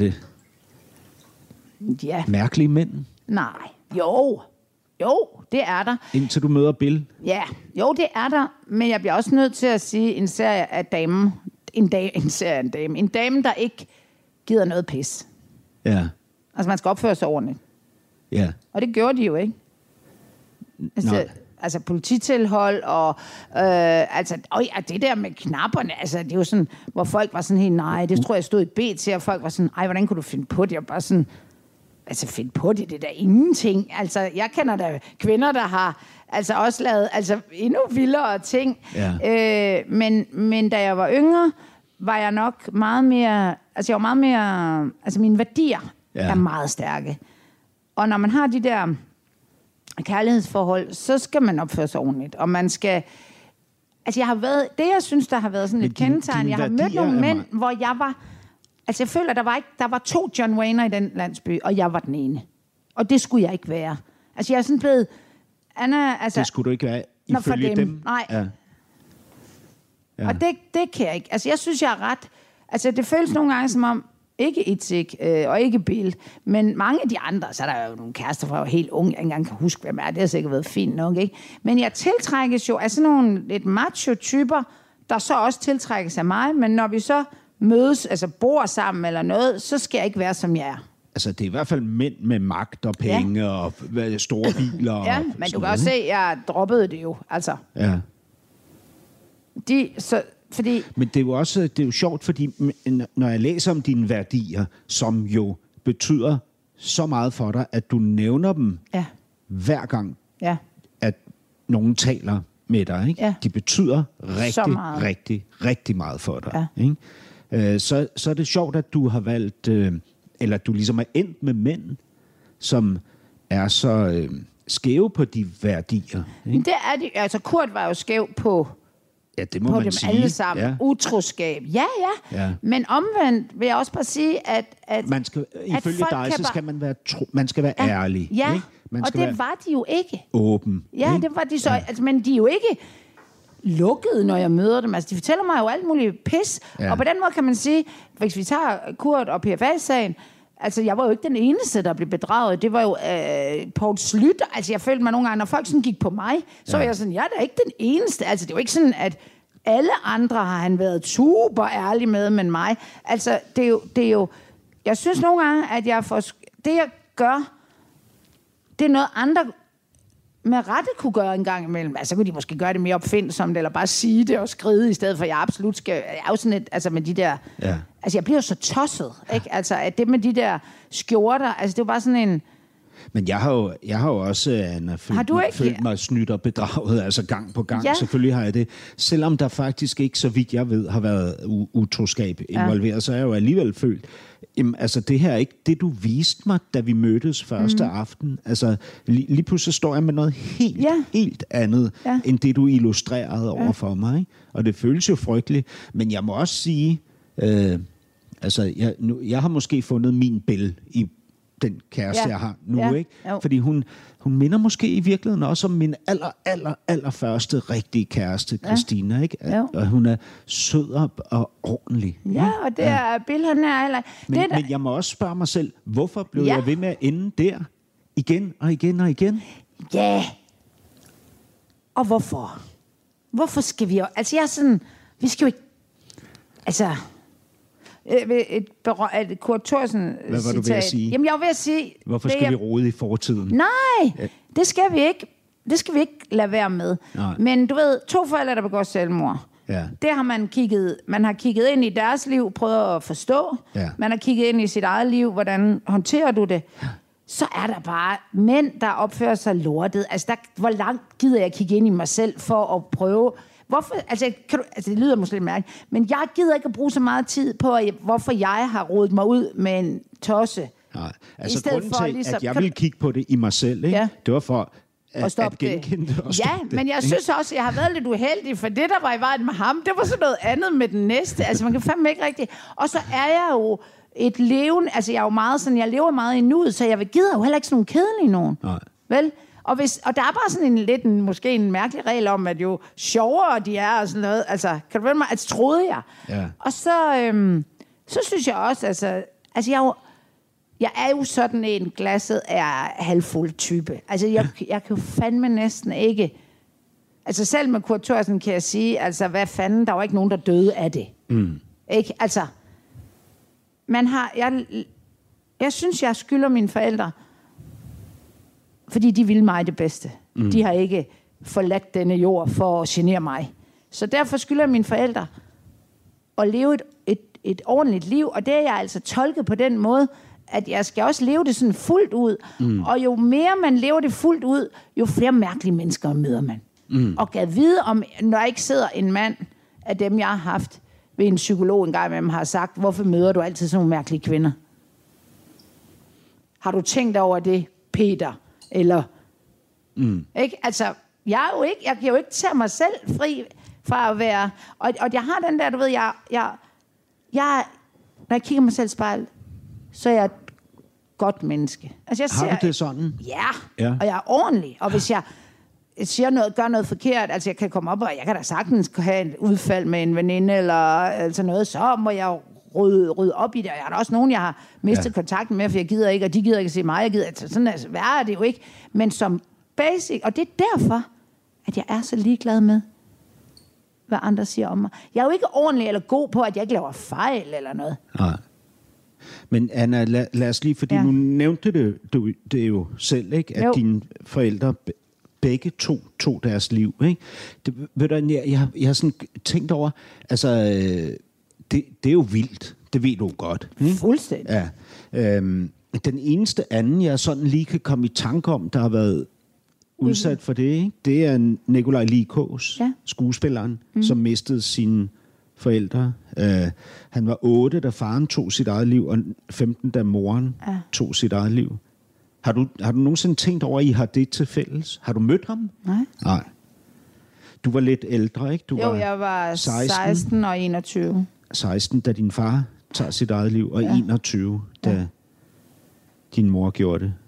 mærkelige mænd? Nej, jo, det er der. Indtil du møder Bill? Ja, jo, det er der, men jeg bliver også nødt til at sige en serie af damen. En dame, der ikke gider noget pis. Ja. Altså, man skal opføre sig ordentligt. Ja. Og det gjorde de jo ikke. Altså polititilhold og det der med knapperne, altså det er jo sådan, hvor folk var sådan helt, nej, det tror jeg stod i BT, og folk var sådan, ej, hvordan kunne du finde på det? Og bare sådan, altså finde på det, det er da ingenting. Altså, jeg kender da kvinder, der har altså også lavet endnu vildere ting. Ja. Men da jeg var yngre, var jeg nok meget mere, mine værdier er meget stærke. Og når man har de der kærlighedsforhold, så skal man opføre sig ordentligt. Og man skal... Altså, jeg synes, der har været sådan et kendetegn. Jeg har mødt nogle mænd, hvor jeg var... Altså, jeg føler, der var 2 John Wayner i den landsby, og jeg var den ene. Og det skulle jeg ikke være. Altså, jeg er sådan blevet... Anna, altså... Det skulle du ikke være ifølge dem? Nej. Ja. Ja. Og det kan jeg ikke. Altså, jeg synes, jeg er ret... Altså, det føles nogle gange som om, ikke Itzig og ikke Bill, men mange af de andre, så er der jo nogle kærester fra helt unge, jeg ikke engang kan huske, hvem er. Det har sikkert været fint nok, ikke? Men jeg tiltrækkes jo af sådan nogle lidt macho-typer, der så også tiltrækkes af mig, men når vi så mødes, altså bor sammen eller noget, så skal jeg ikke være, som jeg er. Altså, det er i hvert fald mænd med magt og penge og store biler. Ja, men du kan også se, at jeg droppede det jo, altså. Ja. Fordi... Men det er jo sjovt, fordi når jeg læser om dine værdier, som jo betyder så meget for dig, at du nævner dem hver gang, at nogen taler med dig. Ikke? Ja. De betyder rigtig meget for dig. Ja. Ikke? Så er det sjovt, at du har valgt, eller du ligesom er endt med mænd, som er så skæve på de værdier. Ikke? Det er de. Altså, Kurt var jo skæv på... Ja, det må på man dem sige. Alle sammen. Ja. Utroskab. Ja. Men omvendt vil jeg også bare sige, at man skal, ifølge dig, så skal man skal være ærlig. Ja, ikke? Og det var de jo ikke. Åben. Ja, det var de så. Ja. Altså, men de er jo ikke lukkede, når jeg møder dem. Altså, de fortæller mig jo alt muligt pis. Ja. Og på den måde kan man sige, hvis vi tager Kurt og PFA-sagen, altså, jeg var jo ikke den eneste, der blev bedraget. Det var jo Poul Schlüter. Altså, jeg følte mig nogle gange, når folk sådan gik på mig, så var jeg sådan, jeg er da ikke den eneste. Altså, det er jo ikke sådan, at alle andre har han været super ærlig med, men mig. Altså, det er jo... Jeg synes nogle gange, at det, jeg gør, det er noget andre med rette kunne gøre en gang imellem. Altså, så kunne de måske gøre det mere opfindsomt, eller bare sige det og skride, i stedet for, at jeg absolut skal... Jeg er jo sådan et... Altså, med de der... Ja. Altså, jeg bliver jo så tosset, ikke? Altså, at det med de der skjorter, altså, det var bare sådan en... Men jeg har jo også, Anna, følt mig snydt og bedraget, altså gang på gang. Ja. Selvfølgelig har jeg det. Selvom der faktisk ikke, så vidt jeg ved, har været utroskab involveret, så har jeg jo alligevel følt, jamen, altså det her er ikke det, du viste mig, da vi mødtes første aften. Altså lige pludselig står jeg med noget helt andet, end det, du illustrerede over for mig. Ikke? Og det føles jo frygteligt. Men jeg må også sige, jeg har måske fundet min Bill i den kæreste, jeg har nu, ikke? Jo. Fordi hun minder måske i virkeligheden også om min aller første rigtige kæreste, Christina, ikke? Jo. Og hun er sød og ordentlig. Ja, og det er billederne er heller... Men jeg må også spørge mig selv, hvorfor blev jeg ved med at ende der? Igen og igen og igen? Ja. Og hvorfor? Hvorfor skal vi... Altså, jeg er sådan... Vi skal jo ikke... Altså... Et Kurt Thorsen Hvad var du ved at sige? Jamen, jeg var ved at sige... Hvorfor skal vi rode i fortiden? Nej, det skal vi ikke. Det skal vi ikke lade være med. Nej. Men du ved, 2 forældre, der begår selvmord. Ja. Det har man har kigget ind i deres liv, prøvet at forstå. Ja. Man har kigget ind i sit eget liv, hvordan håndterer du det? Så er der bare mænd, der opfører sig lortet. Altså, hvor langt gider jeg kigge ind i mig selv for at prøve... Hvorfor? Altså, det lyder måske lidt mærkeligt, men jeg gider ikke at bruge så meget tid på, hvorfor jeg har rodet mig ud med en tosse. Nej, altså grunden til, at jeg ville kigge på det i mig selv, ikke? Ja. Det var for at det. genkende det og stoppe det. Men jeg synes også, at jeg har været lidt uheldig, for det, der var i vejen med ham, det var sådan noget andet med den næste. Altså, man kan fandme ikke rigtigt. Og så er jeg jo et levende... Altså, jeg er jo meget sådan... Jeg lever meget i nuet, så jeg gider jo heller ikke sådan nogle kedelige nogen. Nej. Vel? Og der er bare sådan måske en mærkelig regel om, at jo sjovere de er og sådan noget. Altså, kan du vende mig? Altså, troede jeg. Ja. Og så synes jeg også, altså jeg er jo sådan en glasset er halvfuld type. Altså, jeg kan jo fandme næsten ikke... Altså, selv med Kurt Thorsen kan jeg sige, altså, hvad fanden, der var ikke nogen, der døde af det. Mm. Ikke? Altså, jeg synes, jeg skylder mine forældre, fordi de ville mig det bedste. Mm. De har ikke forladt denne jord for at genere mig. Så derfor skylder mine forældre at leve et ordentligt liv, og det er jeg altså tolket på den måde, at jeg skal også leve det sådan fuldt ud. Mm. Og jo mere man lever det fuldt ud, jo flere mærkelige mennesker møder man. Mm. Og kan vide, om når ikke sidder en mand af dem, jeg har haft ved en psykolog en gang med dem, har sagt, hvorfor møder du altid sådan nogle mærkelige kvinder? Har du tænkt over det, Peter? Eller... Ikke? Altså, jeg kan jo ikke tage mig selv fri fra at være... Og jeg har den der, du ved, når jeg kigger mig selv i spejlet, så er jeg et godt menneske. Altså, har du det sådan? Ja, og jeg er ordentlig. Og hvis jeg gør noget forkert, altså jeg kan komme op, og jeg kan da sagtens have et udfald med en veninde, eller altså noget, så må jeg rydde op i det. Og jeg er der også nogen, jeg har mistet kontakten med, for jeg gider ikke, og de gider ikke se mig. Jeg gider, altså, sådan altså, værre er det jo ikke. Men som basic, og det er derfor, at jeg er så ligeglad med, hvad andre siger om mig. Jeg er jo ikke ordentlig eller god på, at jeg ikke laver fejl eller noget. Nej. Men Anna, lad os lige, fordi nu nævnte det jo selv, ikke? At dine forældre begge tog deres liv, ikke? Ved du, jeg har sådan tænkt over, altså, det er jo vildt. Det ved du godt. Fuldstændig. Ja. Den eneste anden, jeg sådan lige kan komme i tanke om, der har været udsat for det, ikke? Det er Nikolaj Likås, skuespilleren, som mistede sine forældre. Han var 8, da faren tog sit eget liv, og 15, da moren tog sit eget liv. Har du nogensinde tænkt over, at I har det til fælles? Har du mødt ham? Nej. Du var lidt ældre, ikke? Jeg var 16 og 21. 16, da din far tager sit eget liv, og 21, da din mor gjorde det.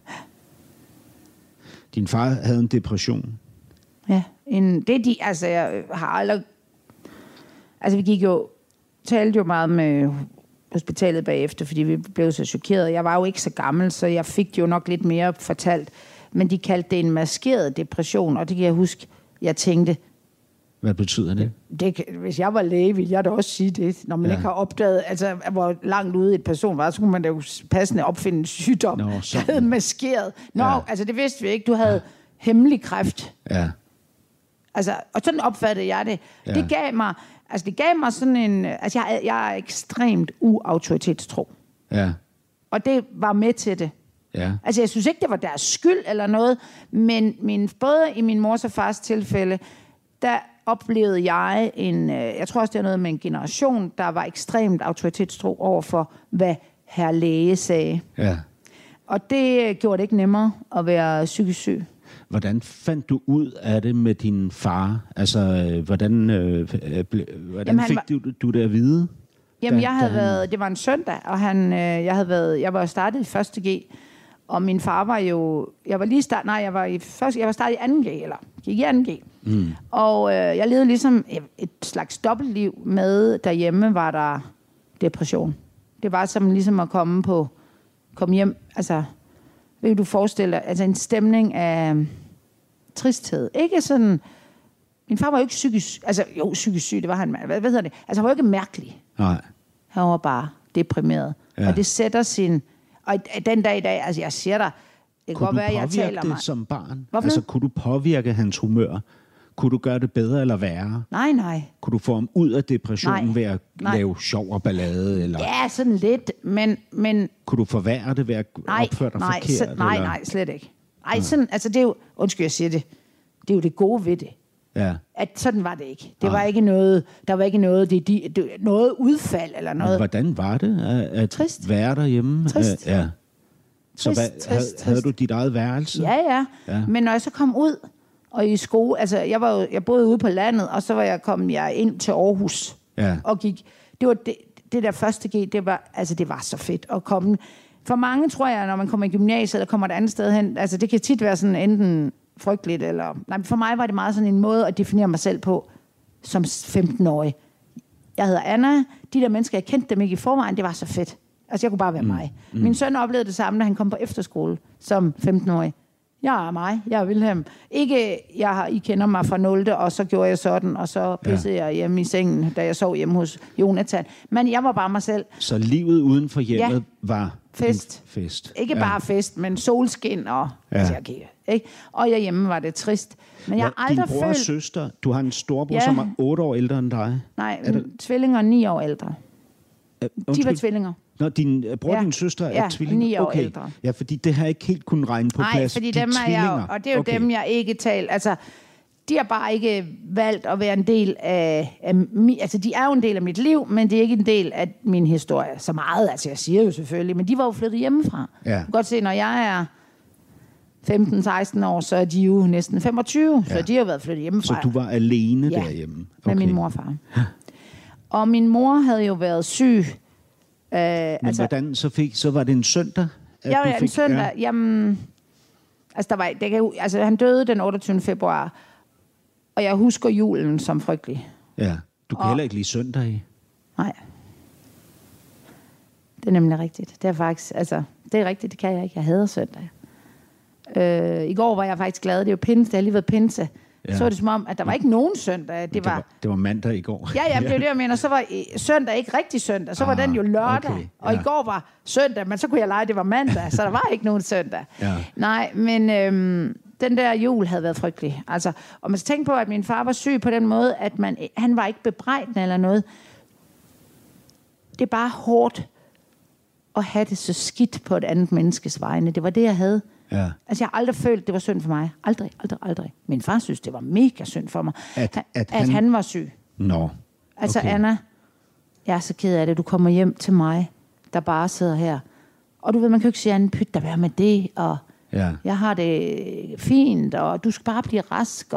Din far havde en depression. Ja, jeg har aldrig... Altså, vi talte jo meget med hospitalet bagefter, fordi vi blev så chokeret. Jeg var jo ikke så gammel, så jeg fik jo nok lidt mere fortalt. Men de kaldte det en maskeret depression, og det kan jeg huske, jeg tænkte... Hvad betyder det? Hvis jeg var læge, ville jeg da også sige det. Når man ikke har opdaget, altså, hvor langt ude et person var, så kunne man da jo passende opfinde en sygdom, der havde maskeret. Altså, det vidste vi ikke. Du havde hemmelig kræft. Ja. Altså, og sådan opfattede jeg det. Ja. Det gav mig sådan en... Altså, jeg er ekstremt uautoritetstro. Ja. Og det var med til det. Ja. Altså, jeg synes ikke, det var deres skyld eller noget, men både i min mors og fars tilfælde, der oplevede jeg jeg tror også, det er noget med en generation, der var ekstremt autoritetstro over for, hvad herr læge sagde. Ja. Og det gjorde det ikke nemmere at være psykisk syg. Hvordan fandt du ud af det med din far? Altså, hvordan fik du det at vide? Jamen, det var en søndag, og jeg var startet i 1. G, Og min far var jo... Jeg var startet i 2G, eller gik i 2G. Og jeg levede ligesom et slags dobbeltliv med, derhjemme var der depression. Det var som ligesom at komme hjem, altså, vil du forestille dig, altså en stemning af tristhed. Ikke sådan... Min far var jo ikke psykisk syg, det var han. Hvad hedder det? Altså, han var jo ikke mærkelig. Nej. Han var bare deprimeret. Ja. Og det sætter sin... Og den dag i dag, altså jeg siger dig, det kan godt være, jeg taler mig. Kunne du påvirke det som barn? Hvorfor? Altså, kunne du påvirke hans humør? Kunne du gøre det bedre eller værre? Nej. Kunne du få ham ud af depressionen ved at lave sjov og ballade? Eller? Ja, sådan lidt, men... Kunne du forværre det ved at opføre dig forkert? Nej, slet ikke. Nej, sådan, altså det er jo... Undskyld, jeg siger det. Det er jo det gode ved det. Ja. At sådan var det ikke. Det var ikke noget... Der var ikke noget... noget udfald eller noget... Men hvordan var det at trist. Være derhjemme? Trist. Ja. Så havde du dit eget værelse? Ja. Men når jeg så kom ud... Og i skole, altså jeg boede ude på landet, og så kom jeg ind til Aarhus og gik. Det var det der første G, det var så fedt at komme. For mange tror jeg, når man kommer i gymnasiet eller kommer et andet sted hen, altså det kan tit være sådan enten frygteligt eller... Nej, for mig var det meget sådan en måde at definere mig selv på som 15-årig. Jeg hedder Anna. De der mennesker, jeg kendte dem ikke i forvejen, det var så fedt. Altså jeg kunne bare være mig. Min søn oplevede det samme, da han kom på efterskole som 15-årig. Jeg er mig, jeg er Wilhelm. Ikke, I kender mig fra 0. og så gjorde jeg sådan, og så pissede jeg hjemme i sengen, da jeg sov hjemme hos Jonathan. Men jeg var bare mig selv. Så livet uden for hjemmet var fest. Fest. Ikke bare fest, men solskin og... ikke? Og hjemme var det trist. Men jeg har aldrig følt... Din bror og søster, du har en storbror, som er 8 år ældre end dig. Nej, tvillinger 9 år ældre. De var tvillinger. Når din bror og din søster er tvillinger? 9 år ældre. Ja, fordi det har jeg ikke helt kunnet regne på plads. Nej, fordi dem er jeg, og det er jo dem, jeg ikke taler. Altså, de har bare ikke valgt at være en del af altså, de er jo en del af mit liv, men det er ikke en del af min historie. Så meget, altså jeg siger jo selvfølgelig, men de var jo flyttet hjemmefra. Ja. Du kan godt se, når jeg er 15-16 år, så er de jo næsten 25, så de har været flyttet hjemmefra. Så du var alene derhjemme? Okay. Med min mor og far. Og min mor havde jo været syg. Men hvordan så var det en søndag? En søndag. Ja. Jamen, altså han døde den 28. februar, og jeg husker julen som frygtelig. Ja, du kan heller ikke lide søndag. Nej. Det er nemlig rigtigt. Det er faktisk, altså, det er rigtigt, det kan jeg ikke. Jeg hader søndag. I går var jeg faktisk glad. Det er jo pinse, det har lige været pinse. Ja. Så var det som om, at der var ikke nogen søndag. Det var mandag i går. Ja, det er det, jeg mener. Så var søndag ikke rigtig søndag. Så var den jo lørdag. Okay. Og i går var søndag, men så kunne jeg lege, at det var mandag. Så der var ikke nogen søndag. Ja. Nej, men den der jul havde været frygtelig. Altså, og man skal tænke på, at min far var syg på den måde, at han var ikke bebrejdende eller noget. Det er bare hårdt at have det så skidt på et andet menneskes vegne. Det var det, jeg havde. Ja. Altså, jeg har aldrig følt, det var synd for mig. Aldrig. Min far synes, det var mega synd for mig, at han var syg. Nå. Altså, Anna, jeg er så ked af det. Du kommer hjem til mig, der bare sidder her. Og du ved, man kan jo ikke sige, Anne, pyt dig være med det, og jeg har det fint, og du skal bare blive rask,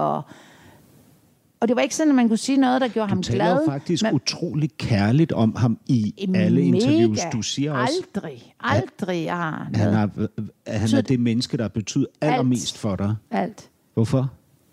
og det var ikke sådan, at man kunne sige noget, der gjorde ham glad. Du taler jo faktisk utrolig kærligt om ham i alle interviews. Du siger også... Aldrig. Han er det menneske, der betyder allermest for dig. Alt. Hvorfor?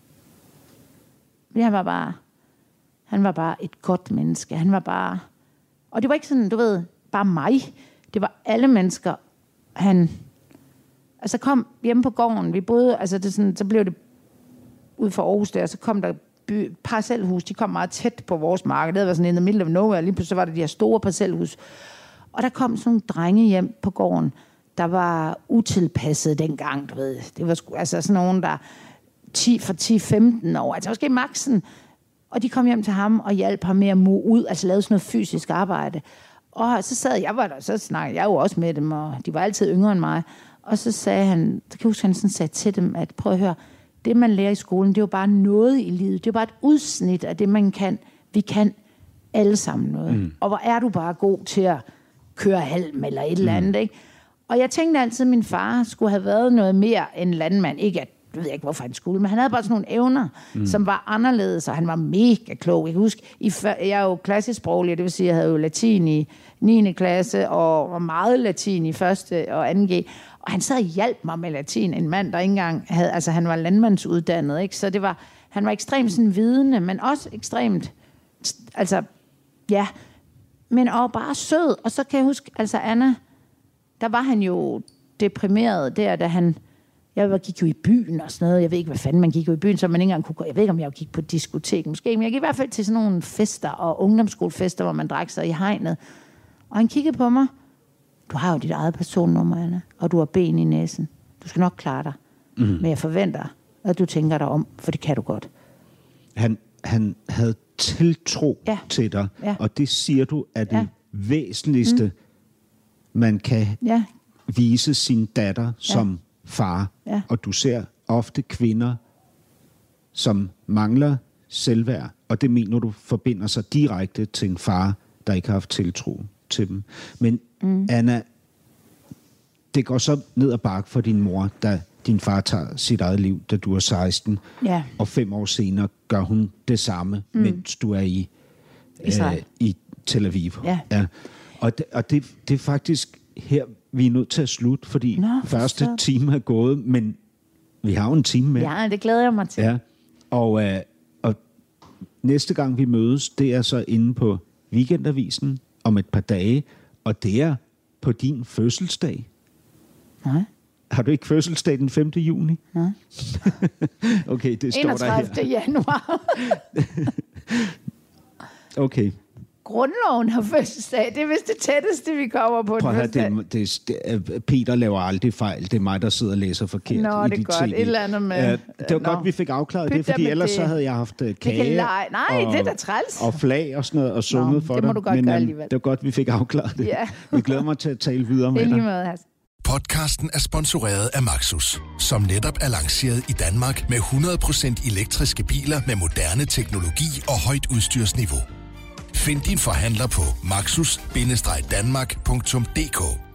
Han var bare et godt menneske. Han var bare... Og det var ikke sådan, du ved, bare mig. Det var alle mennesker. Han... Altså kom hjemme på gården. Vi boede... Altså det sådan, så blev det ud for Aarhus der, så kom der parcelhus, de kom meget tæt på vores marked. Det var sådan in the middle of nowhere. Lige pludselig var der de her store parcelhus. Og der kom sådan nogle drenge hjem på gården, der var utilpasset dengang, du ved. Det var altså sådan nogen, der 10-15 år, altså måske maksen. Og de kom hjem til ham og hjalp ham med at mue ud, altså lavede sådan noget fysisk arbejde. Og så sad jeg var der, så snakkede jeg jo også med dem, og de var altid yngre end mig. Og så sagde han, så kan jeg huske, han sådan sagde til dem, at prøv at høre, det, man lærer i skolen, det er jo bare noget i livet. Det er bare et udsnit af det, man kan. Vi kan alle sammen noget. Og hvor er du bare god til at køre halm eller et eller andet, ikke? Og jeg tænkte altid, at min far skulle have været noget mere end landmand. Ikke at, jeg ved ikke, hvorfor han skulle, men han havde bare sådan nogle evner, som var anderledes, og han var mega klog. Jeg kan huske, jeg er jo klassisk sproglig, det vil sige, jeg havde jo latin i 9. klasse, og meget latin i 1. og 2. G. Og han sad og hjalp mig med latin, en mand, der ikke engang havde... Altså, han var landmandsuddannet, ikke? Så han var ekstremt sådan vidende, men også ekstremt... Altså, ja... Men og bare sød. Og så kan jeg huske, altså Anna, der var han jo deprimeret der, da han... Jeg gik jo i byen og sådan noget. Jeg ved ikke, hvad fanden man gik jo i byen, så man ikke engang kunne gå. Jeg ved ikke, om jeg gik på diskotek måske, men jeg gik i hvert fald til sådan nogle fester og ungdomsskolefester, hvor man drak sig i hegnet. Og han kiggede på mig. Du har jo dit eget personnummer, Anna, og du har ben i næsen. Du skal nok klare dig. Men jeg forventer, at du tænker dig om, for det kan du godt. Han havde tiltro til dig, og det siger du er det væsentligste, man kan vise sin datter som far. Ja. Og du ser ofte kvinder, som mangler selvværd, og det mener du forbinder sig direkte til en far, der ikke har haft tiltro til dem. Men Anna, det går så ned ad bakke for din mor, da din far tager sit eget liv, da du er 16, og 5 år senere gør hun det samme, mens du er i Tel Aviv. Ja. Og det er faktisk her, vi er nødt til at slutte, fordi første time er gået, men vi har jo en time med. Ja, det glæder jeg mig til. Ja. Og næste gang vi mødes, det er så inde på Weekendavisen om et par dage, og det er på din fødselsdag. Nej. Har du ikke fødselsdag den 5. juni? Nej. Okay, det står der her. 31. januar. Okay. Grundloven har fødselsdag. Det er vist det tætteste, vi kommer på. Prøv at høre, Peter laver aldrig fejl. Det er mig, der sidder og læser forkert. Nå, i det er godt. TV. Et eller andet med... det var godt, vi fik afklaret det, fordi ellers så havde jeg haft kage Nej, det er da træls. Og flag og sådan noget, og sunget for dig. Det må du godt gøre alligevel. Det var godt, vi fik afklaret det. Ja. Vi glæder mig til at tale videre med dig. Podcasten er sponsoreret af Maxus, som netop er lanceret i Danmark med 100% elektriske biler med moderne teknologi og højt udstyrsniveau. Find din forhandler på maxus-danmark.dk